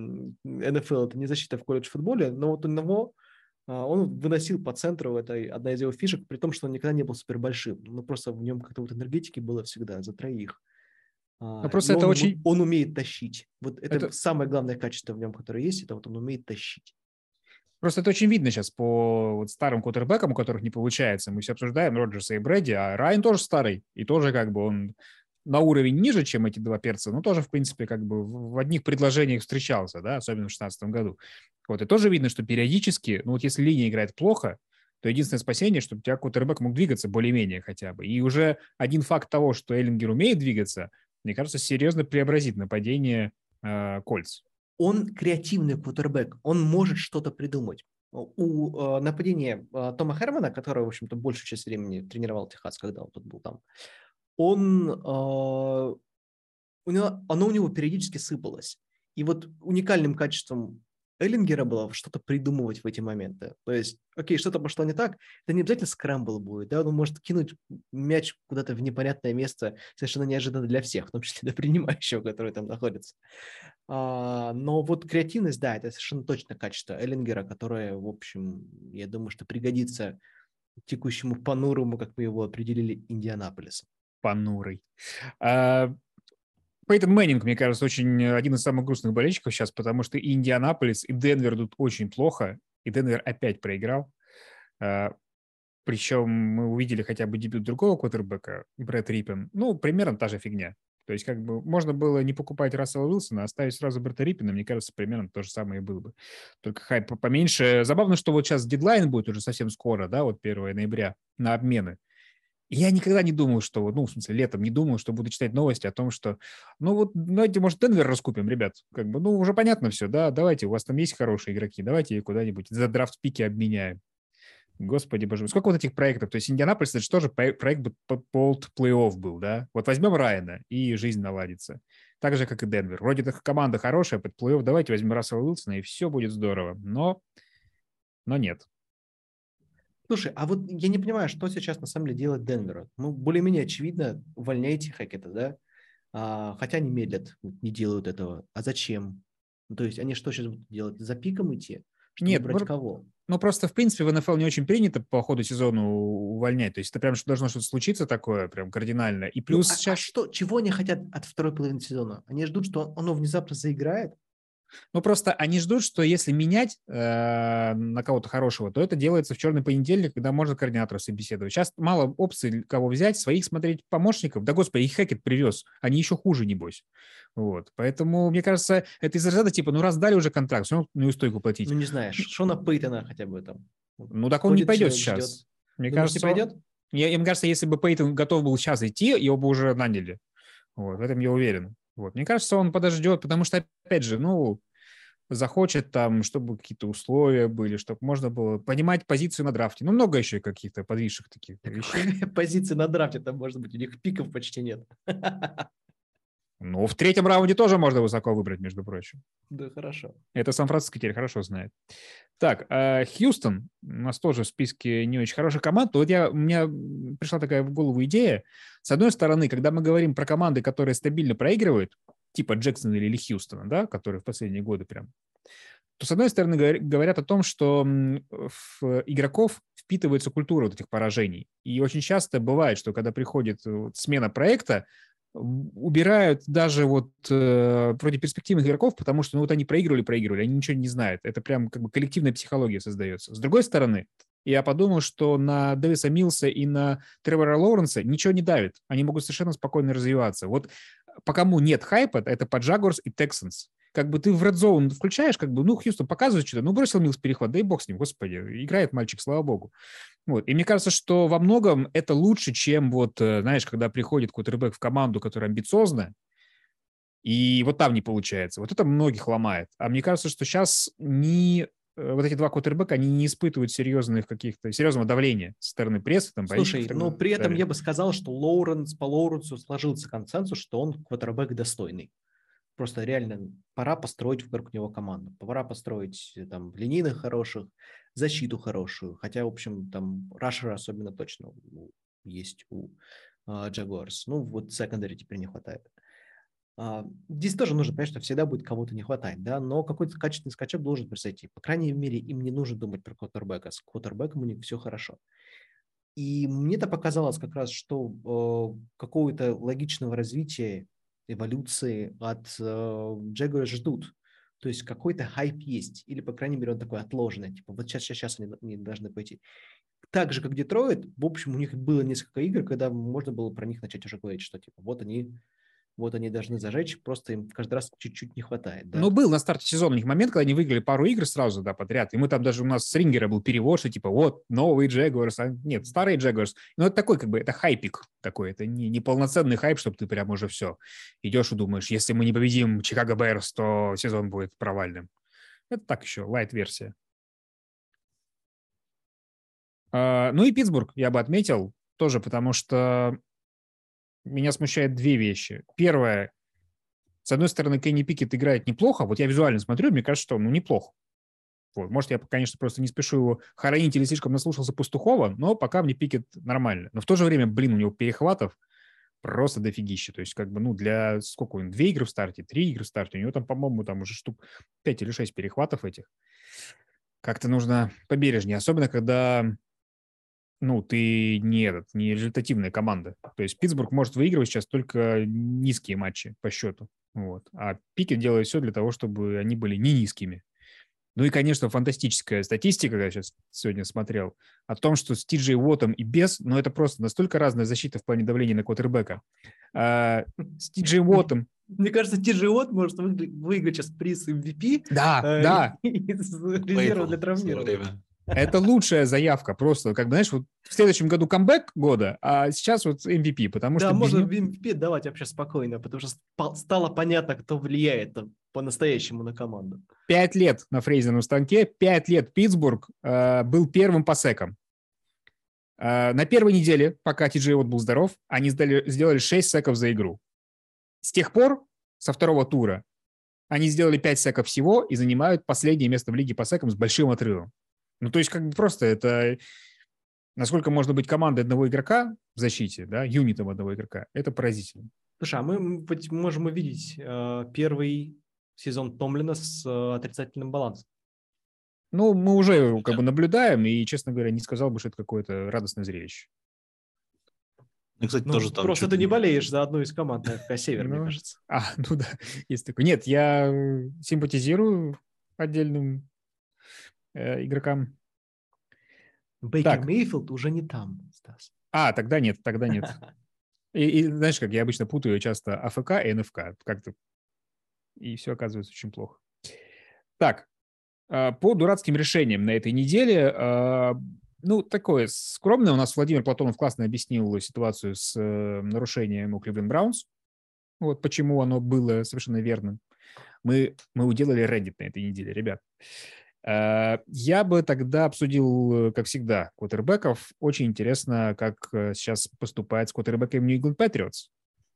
B: эн эф эл – это не защита в колледж-футболе, но вот у него он выносил по центру, это одна из его фишек, при том, что он никогда не был супер большим. Ну, просто в нем как-то вот энергетики было всегда за троих.
A: Но просто
B: и
A: это
B: он,
A: очень...
B: он умеет тащить. Вот это,
A: это
B: самое главное качество в нем, которое есть, это вот он умеет тащить.
A: Просто это очень видно сейчас по вот старым квотербекам, у которых не получается. Мы все обсуждаем Роджерса и Брэди, а Райан тоже старый. И тоже как бы он на уровень ниже, чем эти два перца, но тоже, в принципе, как бы в одних предложениях встречался, да, особенно в шестнадцатом году. Вот, и тоже видно, что периодически, ну вот если линия играет плохо, то единственное спасение, чтобы у тебя квотербек мог двигаться более-менее хотя бы. И уже один факт того, что Эллингер умеет двигаться, мне кажется, серьезно преобразит нападение э, Кольц.
B: Он креативный квотербек, он может что-то придумать. У э, нападения э, Тома Хермана, который, в общем-то, большую часть времени тренировал Техас, когда он тут был там, он, э, у него, оно у него периодически сыпалось. И вот уникальным качеством Эллингера было что-то придумывать в эти моменты. То есть, окей, что-то пошло не так, это не обязательно скрамбл будет, да, он может кинуть мяч куда-то в непонятное место, совершенно неожиданно для всех, в том числе для принимающего, который там находится. А, но вот креативность, да, это совершенно точно качество Эллингера, которое, в общем, я думаю, что пригодится текущему понурому, как мы его определили, Индианаполису.
A: Понурый. А, Пейтон Мэннинг, мне кажется, очень один из самых грустных болельщиков сейчас, потому что и Индианаполис, и Денвер идут очень плохо, и Денвер опять проиграл. А, причем мы увидели хотя бы дебют другого квотербека, Брэд Риппен. Ну, примерно та же фигня. То есть как бы можно было не покупать Рассела Уилсона, а оставить сразу Брэда Риппена, мне кажется, примерно то же самое и было бы. Только хайп поменьше. Забавно, что вот сейчас дедлайн будет уже совсем скоро, да, вот первого ноября, на обмены. И я никогда не думал, что, ну, в смысле, летом не думал, что буду читать новости о том, что, ну, вот, давайте, может, Денвер раскупим, ребят. Как бы, ну, уже понятно все, да, давайте, у вас там есть хорошие игроки, давайте куда-нибудь за драфт-пики обменяем. Господи боже мой, сколько вот этих проектов? То есть Индианаполис, это же тоже проект Болт плей-офф был, да? Вот возьмем Райана, и жизнь наладится. Так же, как и Денвер. Вроде команда хорошая, под плей-офф, давайте возьмем Рассела Уилсона, и все будет здорово. Но, но нет.
B: Слушай, а вот я не понимаю, что сейчас на самом деле делает Денвер. Ну, более-менее очевидно, увольняйте Хекета, да? А, хотя они медлят, не делают этого. А зачем? Ну, то есть они что сейчас будут делать? За пиком идти? Чтобы
A: Нет,
B: брать
A: ну,
B: кого?
A: ну, просто, в принципе, в эн эф эл не очень принято по ходу сезона увольнять. То есть это прям что должно что-то случиться такое прям кардинально. И плюс
B: ну, а,
A: сейчас...
B: а что, чего они хотят от второй половины сезона? Они ждут, что оно внезапно заиграет?
A: Ну, просто они ждут, что если менять э, на кого-то хорошего, то это делается в черный понедельник, когда можно координатора собеседовать. Сейчас мало опций, кого взять, своих смотреть помощников. Да, господи, их Хекет привез. Они еще хуже, небось. Вот. Поэтому, мне кажется, это из разряда типа, ну, раз дали уже контракт, все равно неустойку платить.
B: Ну, не знаешь, Шона Пейтона хотя бы там.
A: Ну, так он не
B: Ходит
A: пойдет
B: человек,
A: сейчас.
B: ждет.
A: Мне
B: Думаешь,
A: кажется,
B: не пойдет?
A: Я, мне кажется, если бы Пейтон готов был сейчас идти, его бы уже наняли. Вот, в этом я уверен. Вот. Мне кажется, он подождет, потому что, опять же, ну, захочет там, чтобы какие-то условия были, чтобы можно было понимать позицию на драфте. Ну, много еще каких-то подвисших таких вещей.
B: Позиции на драфте там, может быть, у них пиков почти нет.
A: Ну, в третьем раунде тоже можно высоко выбрать, между прочим.
B: Да, хорошо.
A: Это Сан-Франциско теперь хорошо знает. Так, Хьюстон у нас тоже в списке не очень хороших команд. Вот я, у меня пришла такая в голову идея. С одной стороны, когда мы говорим про команды, которые стабильно проигрывают, типа Джексона или Хьюстона, да, которые в последние годы прям, то, с одной стороны, говорят о том, что в игроков впитывается культура вот этих поражений. И очень часто бывает, что когда приходит смена проекта, убирают даже вот э, вроде перспективных игроков, потому что ну, вот они проигрывали, проигрывали, они ничего не знают. Это прям как бы коллективная психология создается. С другой стороны, я подумал, что на Дэвиса Милса и на Тревора Лоуренса ничего не давит. Они могут совершенно спокойно развиваться. Вот по кому нет хайпа, это по Jaguars и Texans. Как бы ты в Red Zone включаешь, как бы, ну, Хьюстон показывает что-то, ну, бросил Милс перехват, да и бог с ним, господи, играет мальчик, слава богу. Вот. И мне кажется, что во многом это лучше, чем вот, знаешь, когда приходит квотербек в команду, которая амбициозная, и вот там не получается. Вот это многих ломает. А мне кажется, что сейчас не... вот эти два квотербека, они не испытывают серьезных каких-то, серьезного давления со стороны прессы. Там,
B: Слушай, но при этом далее. Я бы сказал, что Лоуренс, по Лоуренсу сложился консенсус, что он квотербек достойный. Просто реально пора построить вокруг него команду. Пора построить там линейных хороших, защиту хорошую. Хотя, в общем, там рашера особенно точно есть у Jaguars. Uh, ну, вот секондари теперь не хватает. Uh, здесь тоже нужно понять, что всегда будет кого-то не хватать, да, но какой-то качественный скачок должен произойти. По крайней мере, им не нужно думать про квотербека. С квотербеком у них все хорошо. И мне-то показалось как раз, что uh, какого-то логичного развития эволюции от Jaguars э, ждут. То есть какой-то хайп есть, или, по крайней мере, он такой отложенный, типа вот сейчас, сейчас, сейчас они, они должны пойти. Так же, как Детройт, в общем, у них было несколько игр, когда можно было про них начать уже говорить, что типа вот они, вот они должны зажечь, просто им каждый раз чуть-чуть не хватает. Да?
A: Ну, был на старте сезона у них момент, когда они выиграли пару игр сразу, да, подряд. И мы там даже, у нас с Рингера был перевод, что типа вот, новые Джегуарс, а нет, старые Джегуарс. Ну, это такой, как бы, это хайпик такой, это не, не полноценный хайп, чтобы ты прям уже все идешь и думаешь, если мы не победим Чикаго Берс, то сезон будет провальным. Это так еще, лайт-версия. А, ну и Питтсбург я бы отметил тоже, потому что меня смущает две вещи. Первое, с одной стороны, Кенни Пикетт играет неплохо. Вот я визуально смотрю, мне кажется, что он ну, неплохо. Вот. Может, я, конечно, просто не спешу его хоронить или слишком наслушался Пастухова, но пока мне Пикетт нормально. Но в то же время, блин, у него перехватов просто дофигища. То есть, как бы, ну, для сколько он? Две игры в старте, три игры в старте. У него там, по-моему, там уже штук пять или шесть перехватов этих. Как-то нужно побережнее. Особенно, когда, ну, ты не этот, не результативная команда. То есть Питтсбург может выигрывать сейчас только низкие матчи по счету. Вот. А Пикетт делает все для того, чтобы они были не низкими. Ну и, конечно, фантастическая статистика, я сейчас сегодня смотрел, о том, что с Ти Джей Уоттом и без, ну это просто настолько разная защита в плане давления на квотербека. А, с Ти Джей Уоттом...
B: Мне кажется, Ти Джей Уотт может выиграть сейчас приз эм ви пи
A: да,
B: э,
A: да.
B: из резерва для травмированных.
A: Это лучшая заявка просто. Как, знаешь, вот в следующем году камбэк года, а сейчас вот эм ви пи, потому
B: да,
A: что...
B: можно
A: него...
B: эм ви пи давать вообще спокойно, потому что стало понятно, кто влияет по-настоящему на команду.
A: Пять лет на фрезерном станке, пять лет Питтсбург э, был первым по секам. Э, на первой неделе, пока Ти Джей Уотт был здоров, они сделали, сделали шесть секов за игру. С тех пор, со второго тура, они сделали пять секов всего и занимают последнее место в лиге по секам с большим отрывом. Ну, то есть, как бы просто это... Насколько можно быть командой одного игрока в защите, да, юнитом одного игрока, это поразительно.
B: Слушай, а мы можем увидеть э, первый сезон Томлина с э, отрицательным балансом.
A: Ну, мы уже как бы наблюдаем, и, честно говоря, не сказал бы, что это какое-то радостное зрелище.
C: Ну, кстати,
B: ну,
C: тоже там
B: просто ты не болеешь за одну из команд эй эф си Север, мне кажется.
A: А, ну да, есть такое. Нет, я симпатизирую отдельным э, игрокам.
B: Бейкер Мейфилд уже не там, Стас.
A: А, тогда нет, тогда нет. И, и знаешь, как я обычно путаю часто АФК и эн эф ка. Как-то... И все оказывается очень плохо. Так, по дурацким решениям на этой неделе... Ну, такое скромное. У нас Владимир Платонов классно объяснил ситуацию с э, нарушением у Кливленд Браунс. Вот почему оно было совершенно верным. Мы, мы уделали Reddit на этой неделе, ребят. Э, я бы тогда обсудил, как всегда, квотербеков. Очень интересно, как сейчас поступает с квотербеком New England Patriots.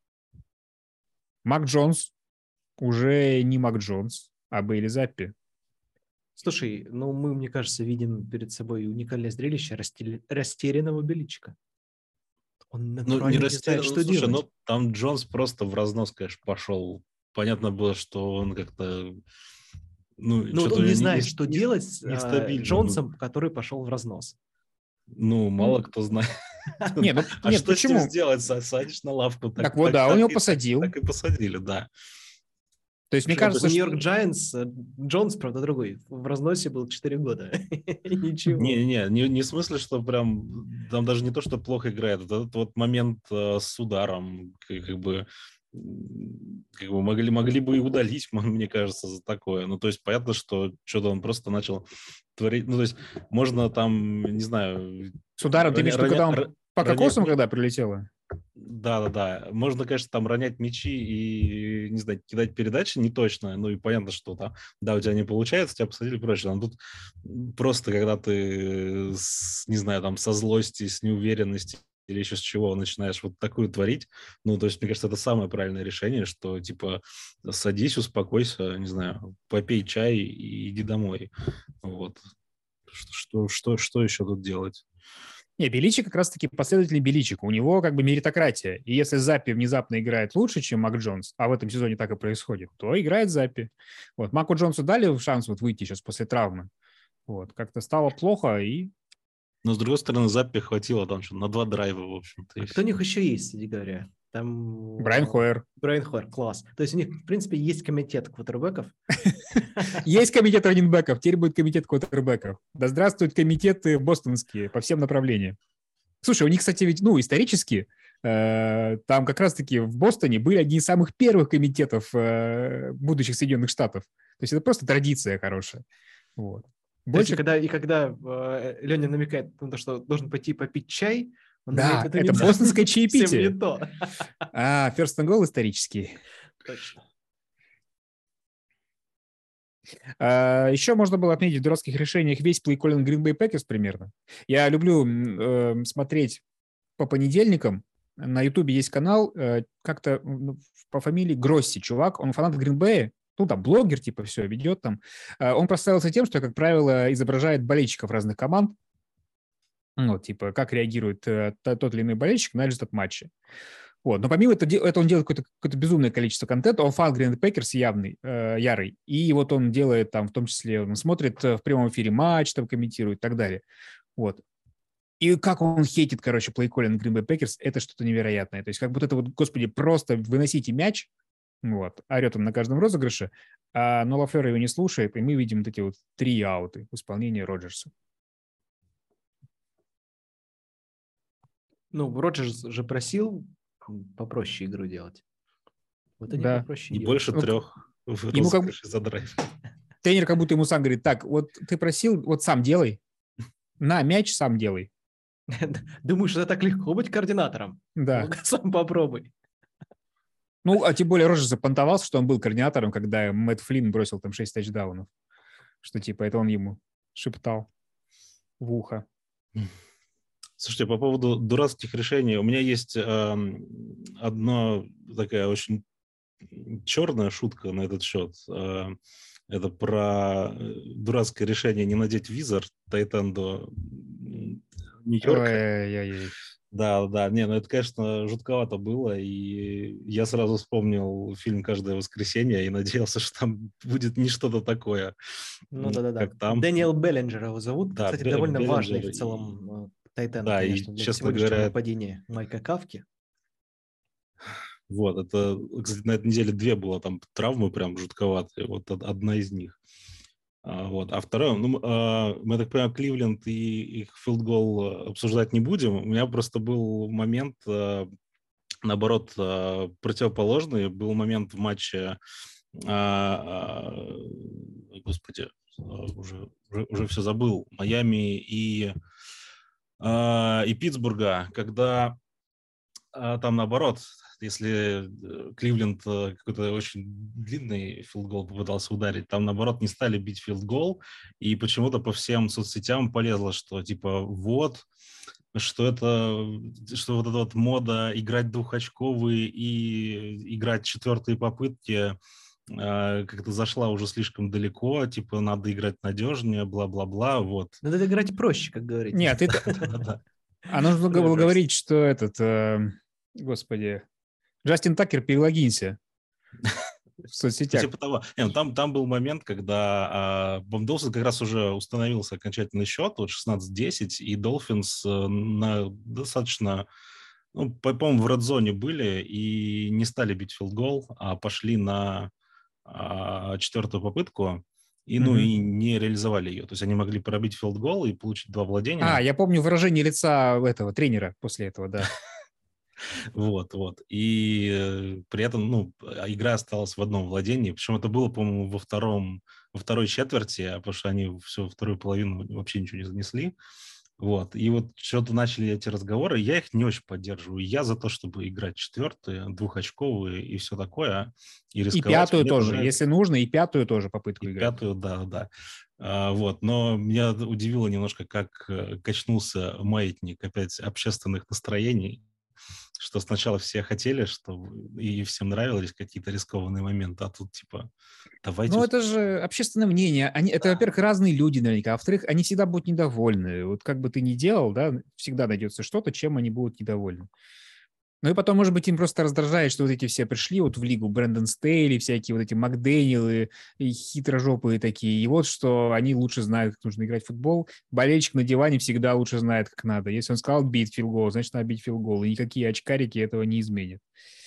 A: Мак Джонс уже не Мак Джонс, а Бейли Заппи.
B: Слушай, ну мы, мне кажется, видим перед собой уникальное зрелище растерянного Беличика. Он натурально ну, не, не знает, что
C: ну, слушай,
B: делать.
C: Ну, там Джонс просто в разнос, конечно, пошел. Понятно было, что он как-то...
B: Ну, ну вот он не, не знает, не, что не, делать с не Джонсом, ну. который пошел в разнос.
C: Ну, мало кто знает.
A: Нет, ну,
C: а
A: нет,
C: что
A: почему?
C: с ним сделать? Садишь на лавку.
A: Так, так вот, да, он его посадил.
C: Так, так и посадили, да.
A: То есть, мне кажется,
B: что... Нью-Йорк Джайантс, Джонс, правда, другой. В разносе был четыре года. Ничего.
C: Не-не, не, не в смысле, что прям... Там даже не то, что плохо играет. Этот вот момент э, с ударом, как, как бы... Как бы могли, могли бы и удалить, мне кажется, за такое. Ну, то есть, понятно, что что-то он просто начал творить. Ну, то есть, можно там, не знаю...
A: С ударом, ты имеешь в виду, когда он по кокосам, когда прилетело?
C: Да-да-да. Можно, конечно, там ронять мячи и, не знаю, кидать передачи не точно. Ну, и понятно, что там, да, у тебя не получается, тебя посадили и прочее. Но тут просто, когда ты, с, не знаю, там, со злости, с неуверенности или еще с чего начинаешь вот такую творить, ну, то есть, мне кажется, это самое правильное решение, что, типа, садись, успокойся, не знаю, попей чай и иди домой. Вот. Что, что, что еще тут делать?
A: Не, Беличик как раз-таки последовательный Беличик. У него как бы меритократия. И если Заппи внезапно играет лучше, чем Мак Джонс, а в этом сезоне так и происходит, то играет Заппи. Вот. Маку Джонсу дали шанс вот выйти сейчас после травмы. Вот. Как-то стало плохо и...
C: Но, с другой стороны, Заппи хватило там что на два драйва, в общем-то.
B: А кто у них еще есть, кстати говоря? Там
A: Брайан Хойер.
B: Брайан Хойер, класс. То есть у них, в принципе, есть комитет квотербеков.
A: Есть комитет раннинбеков, теперь будет комитет квотербеков. Да здравствуют комитеты бостонские по всем направлениям. Слушай, у них, кстати, ведь, ну, исторически, э, там как раз-таки в Бостоне были одни из самых первых комитетов э, будущих Соединенных Штатов. То есть это просто традиция хорошая. Вот.
B: Больше...
A: Больше...
B: И когда, и когда э, Леня намекает на то, что должен пойти попить чай, он
A: да,
B: имеет,
A: это, это
B: не
A: бостонское
B: совсем
A: чаепитие.
B: Не то.
A: А, first and goal исторический.
B: Точно.
A: А, еще можно было отметить в дурацких решениях весь плей-коллинг Green Bay Packers примерно. Я люблю э, смотреть по понедельникам. На Ютубе есть канал, э, как-то ну, по фамилии Гросси, чувак. Он фанат Green Bay. Ну, там, блогер, типа, все, ведет там. Э, он прославился тем, что, как правило, изображает болельщиков разных команд. Ну, типа, как реагирует э, тот или иной болельщик на результат матча. Вот. Но помимо этого, это он делает какое-то, какое-то безумное количество контента. Он фан Green Bay Packers явный, э, ярый. И вот он делает там, в том числе, он смотрит в прямом эфире матч, там комментирует и так далее. Вот. И как он хейтит, короче, плей-коллинг Green Bay Packers, это что-то невероятное. То есть как будто это вот, господи, просто выносите мяч, вот, орет он на каждом розыгрыше, а, но Лафлер его не слушает, и мы видим вот эти вот три ауты в исполнении Роджерса.
B: Ну, Роджерс же просил попроще игру делать. Вот они
A: да.
B: попроще
C: Не
B: делают.
C: больше
A: ну,
C: трех в
A: ему как...
C: розыгрыше за драйв.
A: Тренер как будто ему сам говорит, так, вот ты просил, вот сам делай. На, мяч сам делай.
B: Думаешь, это так легко быть координатором?
A: Да.
B: Ну-ка, сам попробуй.
A: Ну, а тем более Роджерс запонтовался, что он был координатором, когда Мэтт Флинн бросил там шесть тачдаунов. Что типа это он ему шептал в ухо.
C: Слушайте, по поводу дурацких решений, у меня есть э, одна такая очень черная шутка на этот счет. Э, это про дурацкое решение не надеть визор Тайтенду Нью-Йорка.
A: Ой-ой-ой.
C: Да, да, не, ну это, конечно, жутковато было, и я сразу вспомнил фильм «Каждое воскресенье» и надеялся, что там будет не что-то такое,
B: ну, да, да, да.
C: как там.
B: Дэниел Беллинджер его зовут.
C: Да,
B: Кстати,
C: Б-
B: довольно
C: Беллинджер
B: важный в
C: и...
B: целом тайтенд,
C: да,
B: конечно,
C: и,
B: для
C: честно
B: сегодняшнего
C: говоря,
B: нападения Майка Кавки.
C: Вот, это, кстати, на этой неделе две было там травмы прям жутковатые, вот одна из них. А, вот. А второе, ну, а, мы, так понимаем, Кливленд и их филдгол обсуждать не будем. У меня просто был момент, а, наоборот, а, противоположный. Был момент в матче, а, а, господи, уже, уже, уже все забыл, Майами и, а, и Питтсбурга, когда а, там наоборот, если Кливленд какой-то очень длинный филдгол попытался ударить, там, наоборот, не стали бить филдгол, и почему-то по всем соцсетям полезло, что, типа, вот, что это, что вот эта вот мода играть двухочковые и играть четвертые попытки э, как-то зашла уже слишком далеко, типа, надо играть надежнее, бла-бла-бла, вот.
B: Надо играть проще, как говорится.
A: Нет, это... А нужно было говорить, что этот... Господи... Джастин Такер, перелогинься в соцсетях.
C: Типа того. Не, ну, там, там был момент, когда а, Долфинс как раз уже установился окончательный счет, вот шестнадцать десять, и Долфинс на достаточно, ну, по-моему, в редзоне были и не стали бить филдгол, а пошли на а, четвертую попытку и, ну, mm-hmm. и не реализовали ее. То есть они могли пробить филдгол и получить два владения.
A: А, я помню выражение лица этого тренера после этого, да.
C: Вот, вот. И э, при этом, ну, игра осталась в одном владении. Причем это было, по-моему, во втором, во второй четверти, потому что они всю вторую половину вообще ничего не занесли. Вот. И вот что-то начали эти разговоры. Я их не очень поддерживаю. Я за то, чтобы играть четвертые, двухочковые и все такое. И,
A: и пятую Мне тоже, если нужно, и пятую тоже попытку
C: и
A: играть.
C: Пятую, да, да. А, вот. Но меня удивило немножко, как качнулся маятник опять общественных настроений. Что сначала все хотели, чтобы и всем нравились какие-то рискованные моменты, а тут типа давайте...
A: Ну, это же общественное мнение. Они, это, да. Во-первых, разные люди наверняка, а во-вторых, они всегда будут недовольны. Вот как бы ты ни делал, да, всегда найдется что-то, чем они будут недовольны. Ну и потом, может быть, им просто раздражает, что вот эти все пришли вот в лигу, Брэндон Стейли, всякие вот эти Макдэниелы, и хитрожопые такие, и вот что они лучше знают, как нужно играть в футбол. Болельщик на диване всегда лучше знает, как надо. Если он сказал бить филгол, значит, надо бить филгол, и никакие очкарики этого не изменят.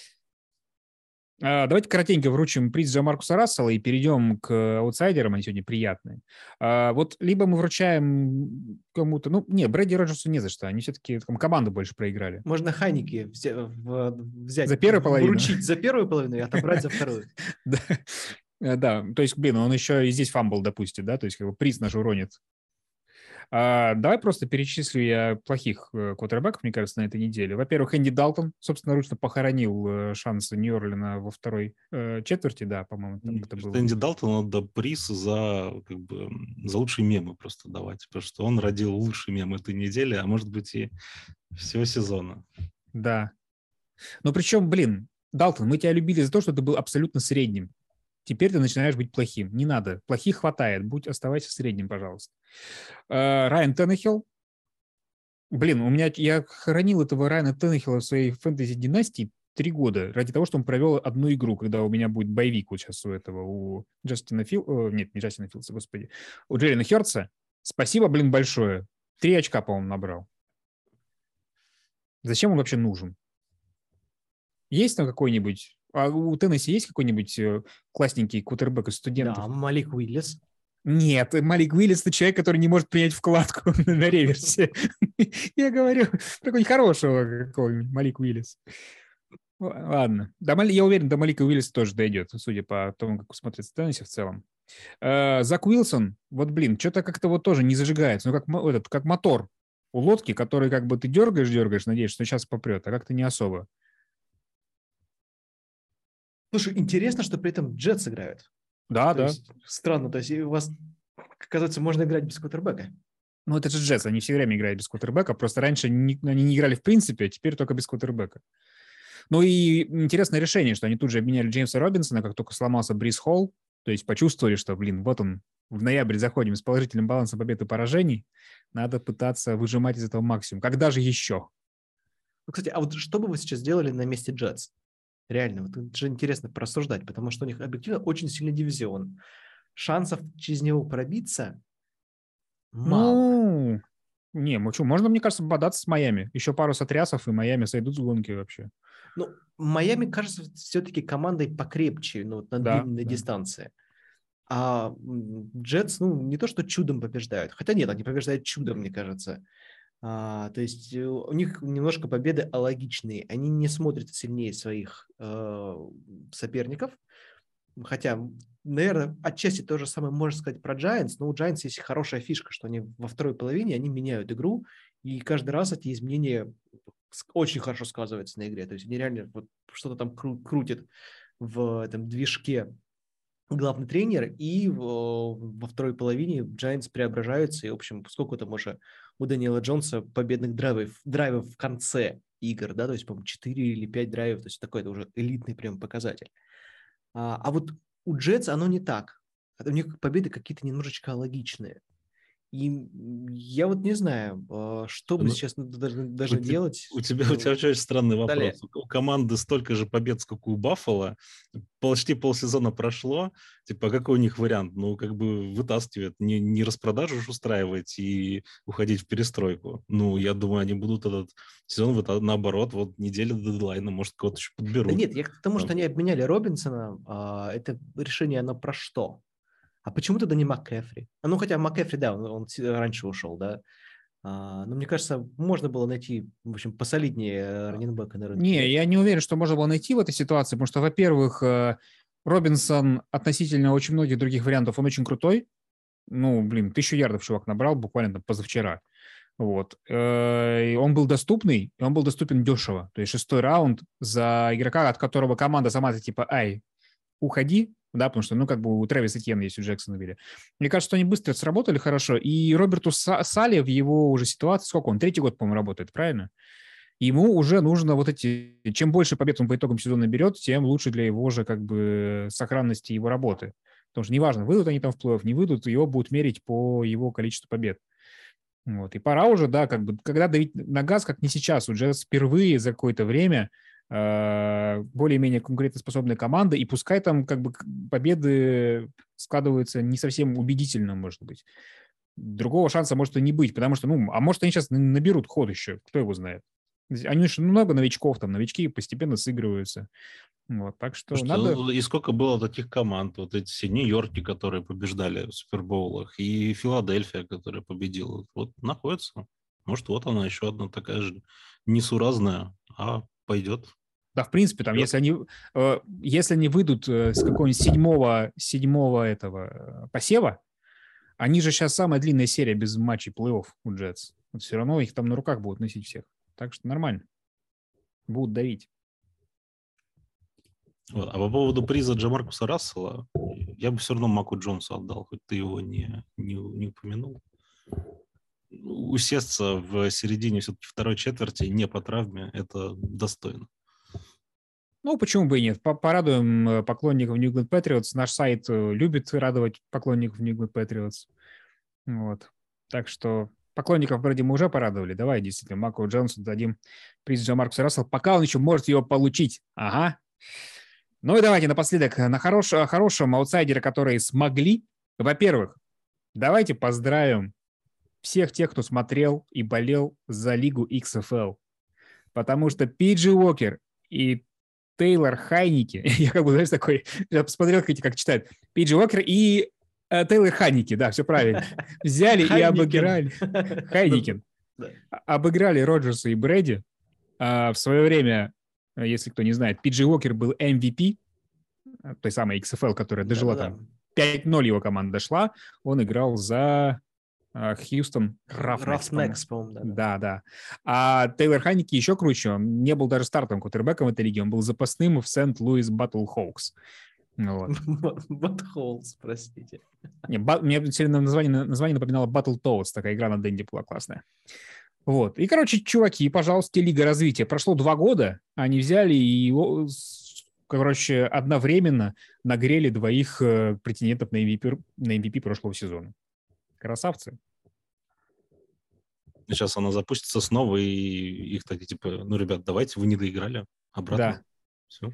A: А, Давайте коротенько вручим приз за Маркуса Рассела и перейдем к аутсайдерам, они сегодня приятные. А, Вот либо мы вручаем кому-то... Ну, не, Брэди Роджерсу не за что, они все-таки там команду больше проиграли.
B: Можно Хайники взя- в- взять,
A: За первую половину.
B: вручить за первую половину и отобрать за вторую.
A: Да, Э, да, то есть, блин, он еще и здесь фамбл допустит, да, то есть как бы приз наш уронит. А, давай просто перечислю я плохих э, квотербеков, мне кажется, на этой неделе. Во-первых, Энди Далтон собственноручно похоронил э, шансы Нью-Орлеана во второй э, четверти, да, по-моему, там
C: Мне
A: это
C: кажется,
A: было.
C: Энди Далтон надо приз за, как бы, м, за лучшие мемы просто давать, потому что он родил лучший мем этой недели, а может быть и всего сезона.
A: Да. Но причем, блин, Далтон, мы тебя любили за то, что ты был абсолютно средним. Теперь ты начинаешь быть плохим. Не надо. Плохих хватает. Будь, оставайся средним, пожалуйста. Э, Райан Теннехилл. Блин, у меня я хранил этого Райана Теннехилла в своей фэнтези-династии три года ради того, что он провел одну игру, когда у меня будет боевик вот сейчас у этого, у Джастина Фил... о, нет, не Джастина Филдса, господи, у Джерина Хёртса. Спасибо, блин, большое. Три очка, по-моему, набрал. Зачем он вообще нужен? Есть там какой-нибудь... А у Теннесси есть какой-нибудь э, классненький квотербек из студентов?
B: Да, Малик Уиллис.
A: Нет, Малик Уиллис – это человек, который не может принять вкладку на реверсе. Я говорю про какого-нибудь хорошего какого-нибудь Малик Уиллис. Ладно. До Мали... Я уверен, до Малика Уиллиса тоже дойдет, судя по тому, как смотрится Теннесси в целом. Э, Зак Уилсон, вот, блин, что-то как-то вот тоже не зажигается. Ну, как, мо- этот, как мотор у лодки, который как бы ты дергаешь, дергаешь, надеешься, что сейчас попрет, а как-то не особо.
B: Слушай, интересно, что при этом Джетс играют.
A: Да,
B: То
A: да.
B: есть странно, то есть у вас, оказывается, можно играть без квотербека.
A: Ну, это же Джетс, они все время играют без квотербека, просто раньше не- они не играли в принципе, а теперь только без квотербека. Ну и интересное решение, что они тут же обменяли Джеймса Робинсона, как только сломался Брис Холл, то есть почувствовали, что, блин, вот он, в ноябре заходим с положительным балансом побед и поражений, надо пытаться выжимать из этого максимум. Когда же еще?
B: Ну, кстати, а вот что бы вы сейчас делали на месте Джетс? Реально, вот это же интересно порассуждать, потому что у них объективно очень сильный дивизион. Шансов через него пробиться мало.
A: Ну, не, ну что, можно, мне кажется, бодаться с Майами. Еще пару сотрясов, и Майами сойдут с гонки вообще.
B: Ну, Майами кажется все-таки командой покрепче, ну, вот на
A: Да,
B: длинной
A: да.
B: дистанции. А м, Джетс, ну, не то, что чудом побеждают. Хотя нет, они побеждают чудом, мне кажется. А, то есть э, у них немножко победы алогичные. Они не смотрят сильнее своих э, соперников. Хотя, наверное, отчасти то же самое можно сказать про Giants, но у Giants есть хорошая фишка, что они во второй половине, они меняют игру, и каждый раз эти изменения с- очень хорошо сказываются на игре. То есть они реально вот что-то там кру- крутят в этом движке главный тренер, и в- во второй половине Giants преображаются, и, в общем, сколько там уже у Дэниела Джонса победных драйвов, драйвов в конце игр, да, то есть, по-моему, четыре или пять драйвов, то есть такой это уже элитный прям показатель. А, а вот у Джетс оно не так. Это у них победы какие-то немножечко логичные. И м, я вот не знаю, а, что бы
C: Ну,
B: сейчас должны,
C: У,
B: должны
C: те-
B: делать.
C: у тебя, у тебя
B: э,
C: очень странный
B: далее.
C: вопрос. У команды столько же побед, сколько у Баффало. Почти полсезона прошло. Типа, какой у них вариант? Ну, как бы вытаскивать, не, не распродажу ж устраивать и уходить в перестройку. Ну, я думаю, они будут этот сезон вот, а, наоборот, вот неделя до дедлайна, может, кого-то еще
B: Да
C: подберут.
B: нет, я к тому, что
C: Там.
B: они обменяли Робинсона, а, это решение, оно про что? А почему тогда не МакКэфри? А, ну, хотя МакКэфри, да, он, он с- раньше ушел, да. А, но мне кажется, можно было найти, в общем, посолиднее э, раннинбека на рынке,
A: Не,
B: нет?
A: я не уверен, что можно было найти в этой ситуации, потому что, во-первых, э, Робинсон относительно очень многих других вариантов, он очень крутой. Ну, блин, тысячу ярдов чувак набрал буквально там позавчера. Вот. Э, и он был доступный, и он был доступен дешево. То есть шестой раунд за игрока, от которого команда сама типа, ай, уходи, да, потому что, ну, как бы у Трэвиса Кена есть у Джексонвилля. Мне кажется, что они быстро сработали хорошо, и Роберту Са- Сале в его уже ситуации, сколько он, третий год, по-моему, работает, правильно? Ему уже нужно вот эти... Чем больше побед он по итогам сезона берет, тем лучше для его же как бы сохранности его работы. Потому что неважно, выйдут они там в плей-офф, не выйдут, его будут мерить по его количеству побед. Вот. И пора уже, да, как бы, когда давить на газ, как не сейчас, уже впервые за какое-то время э, более-менее конкурентоспособная команда, и пускай там как бы победы складываются не совсем убедительно, может быть. Другого шанса может и не быть, потому что, ну, а может они сейчас наберут ход еще, кто его знает. Они же много новичков, там новички постепенно сыгрываются. Вот, так что
C: Слушайте,
A: надо...
C: ну, и сколько было таких команд, вот эти все Нью-Йорки, которые побеждали в Супербоулах, и Филадельфия, которая победила, вот находится. Может, вот она еще одна такая же несуразная, а пойдет.
A: Да, в принципе, там, если они, э, если они выйдут э, с какого-нибудь седьмого, седьмого этого э, посева, они же сейчас самая длинная серия без матчей плей-офф у Джетс. Вот все равно их там на руках будут носить всех. Так что нормально. Будут давить.
C: Вот. А по поводу приза Джамаркуса Рассела, я бы все равно Маку Джонсу отдал, хоть ты его не, не, не упомянул. Усесться в середине все-таки второй четверти не по травме, это достойно.
A: Ну, почему бы и нет? Порадуем поклонников New England Patriots. Наш сайт любит радовать поклонников New England Patriots. Вот. Так что поклонников вроде мы уже порадовали. Давай, действительно, Маку Джонсу дадим приз Джамаркуса Рассела, пока он еще может его получить. Ага. Ну и давайте напоследок на хорош, хорошем аутсайдере, которые смогли. Во-первых, давайте поздравим всех тех, кто смотрел и болел за лигу икс эф эл. Потому что Пи Джей Уокер и Тейлор Хайники, я как бы, знаешь, такой, я посмотрел, как, как читают, Пи Джей Уокер и э, Тейлор Хайники, да, все правильно, взяли и обыграли, Хайникин, обыграли Роджерса и Брэди. В свое время, если кто не знает, Пи Джей Уокер был эм ви пи, той самой икс эф эл, которая дожила там, пять ноль его команда дошла, он играл за... Хьюстон
B: Рафнекс, по-моему, да,
A: да. Да, да. А Тейлор Хайники еще круче. Он не был даже стартовым квотербеком в этой лиге. Он был запасным в Сент-Луис Батл Хоукс.
B: Батл Хоукс, простите.
A: Не, ба- мне название, название напоминало Батл Тоуз. Такая игра на Денди была классная. Вот. И, короче, чуваки, пожалуйста, Лига развития. Прошло два года, они взяли и, короче, одновременно нагрели двоих претендентов на эм ви пи, на эм ви пи прошлого сезона. Красавцы.
C: Сейчас она запустится снова, и их так типа, ну, ребят, давайте, вы не доиграли, обратно.
A: Да.
C: Все.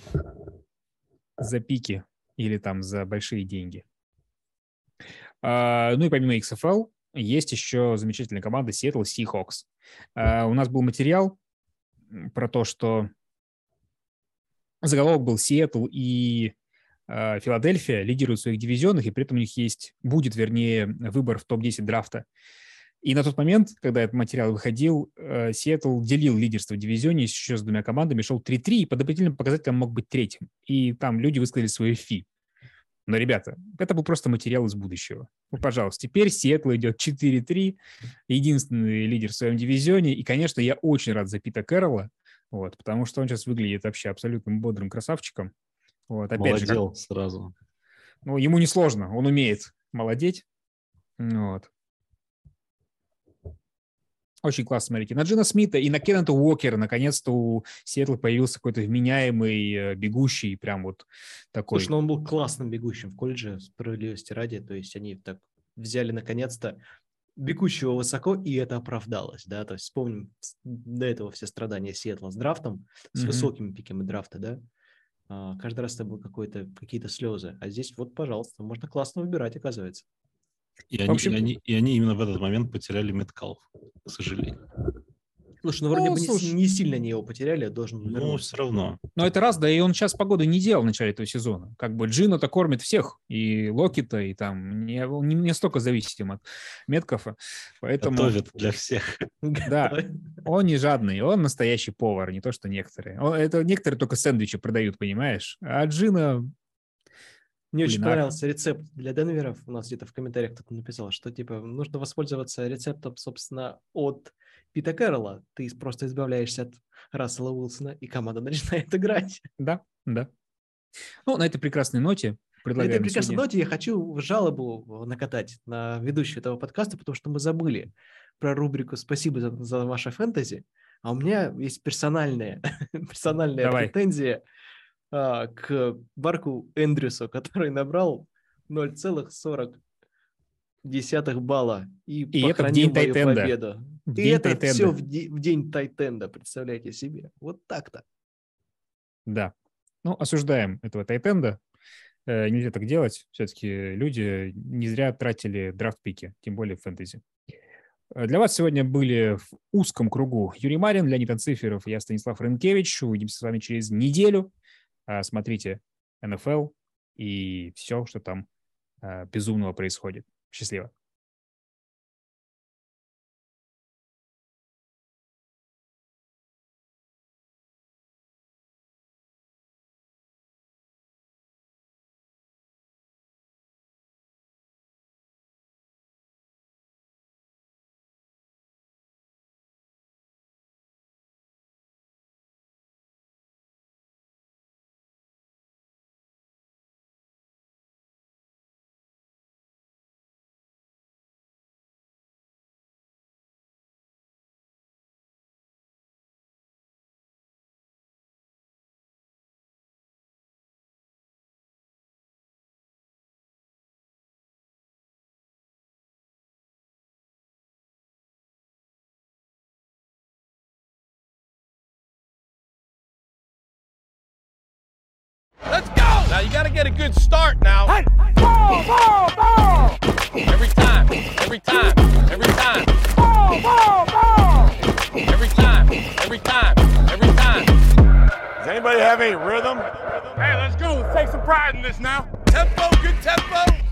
A: За пики или там за большие деньги. А, ну и помимо икс эф эл есть еще замечательная команда Seattle Seahawks. А, у нас был материал про то, что заголовок был Сиэтл и а, Филадельфия лидируют в своих дивизионах, и при этом у них есть, будет, вернее, выбор в топ десять драфта. И на тот момент, когда этот материал выходил, Сиэтл делил лидерство в дивизионе еще с двумя командами, шел три-три, и по одобрительным показателям мог быть третьим. И там люди высказали свои фи. Но, ребята, это был просто материал из будущего. Ну, пожалуйста, теперь Сиэтл идет четыре-три, единственный лидер в своем дивизионе. И, конечно, я очень рад за Пита Кэрролла, вот, потому что он сейчас выглядит вообще абсолютно бодрым красавчиком. Вот, опять
C: Молодел
A: же, как...
C: сразу.
A: Ну, ему несложно, он умеет молодеть. Вот. Очень классно, смотрите. На Джина Смита и на Кеннета Уокера наконец-то у Сиэтла появился какой-то вменяемый, бегущий, прям вот такой.
B: Слушай, ну он был классным бегущим в колледже, справедливости ради. То есть они так взяли наконец-то бегущего высоко, и это оправдалось, да. То есть вспомним до этого все страдания Сиэтла с драфтом, с mm-hmm. высокими пиками драфта, да. А, каждый раз это были какие-то слезы. А здесь вот, пожалуйста, можно классно выбирать, оказывается.
C: И они, общем... и, они, и они именно в этот момент потеряли Меткалф, к сожалению.
B: Слушай, ну вроде ну, бы слушай. Не, не сильно они его потеряли, а должен
C: Ну,
B: вернуться.
C: все равно.
A: Но это раз, да, и он сейчас погоды не делал в начале этого сезона. Как бы Джино-то кормит всех, и Локита, и там не, не, не столько зависим от Меткалфа. Поэтому...
C: Готовит для всех.
A: Да, он не жадный, он настоящий повар, не то что некоторые. Он, это некоторые только сэндвичи продают, понимаешь? А Джино...
B: Мне очень понравился рецепт для Денверов. У нас где-то в комментариях кто-то написал, что типа нужно воспользоваться рецептом, собственно, от Пита Кэрролла. Ты просто избавляешься от Рассела Уилсона, и команда начинает играть.
A: Да, да. Ну, на этой прекрасной ноте предлагаем
B: На этой прекрасной
A: сегодня...
B: ноте я хочу жалобу накатать на ведущего этого подкаста, потому что мы забыли про рубрику «Спасибо за, за ваше фэнтези», а у меня есть персональная, персональная претензия к Марку Эндрюсу, который набрал ноль целых сорок десятых балла и,
A: И это в
B: похоронил
A: день
B: мою
A: Тайтенда.
B: победу.
A: В
B: И
A: день
B: это
A: Тайтенда.
B: все в, де- в день Тайтенда, представляете себе. Вот так-то.
A: Да. Ну, осуждаем этого тайтенда. Э, нельзя так делать. Все-таки люди не зря тратили драфт-пики, тем более в фэнтези. Э, Для вас сегодня были в узком кругу Юрий Марин, Леонид Анциферов и я, Станислав Рынкевич. Увидимся с вами через неделю. А, Смотрите эн эф эл и все, что там а, безумного происходит. Счастливо.
D: Let's go! Now you gotta get a good start now. Hey, ball, ball, ball! Every time, every time, every time. Ball, ball, ball! Every time, every time, every time. Does anybody have any rhythm? Hey, let's go. Let's take some pride in this now. Tempo, good tempo.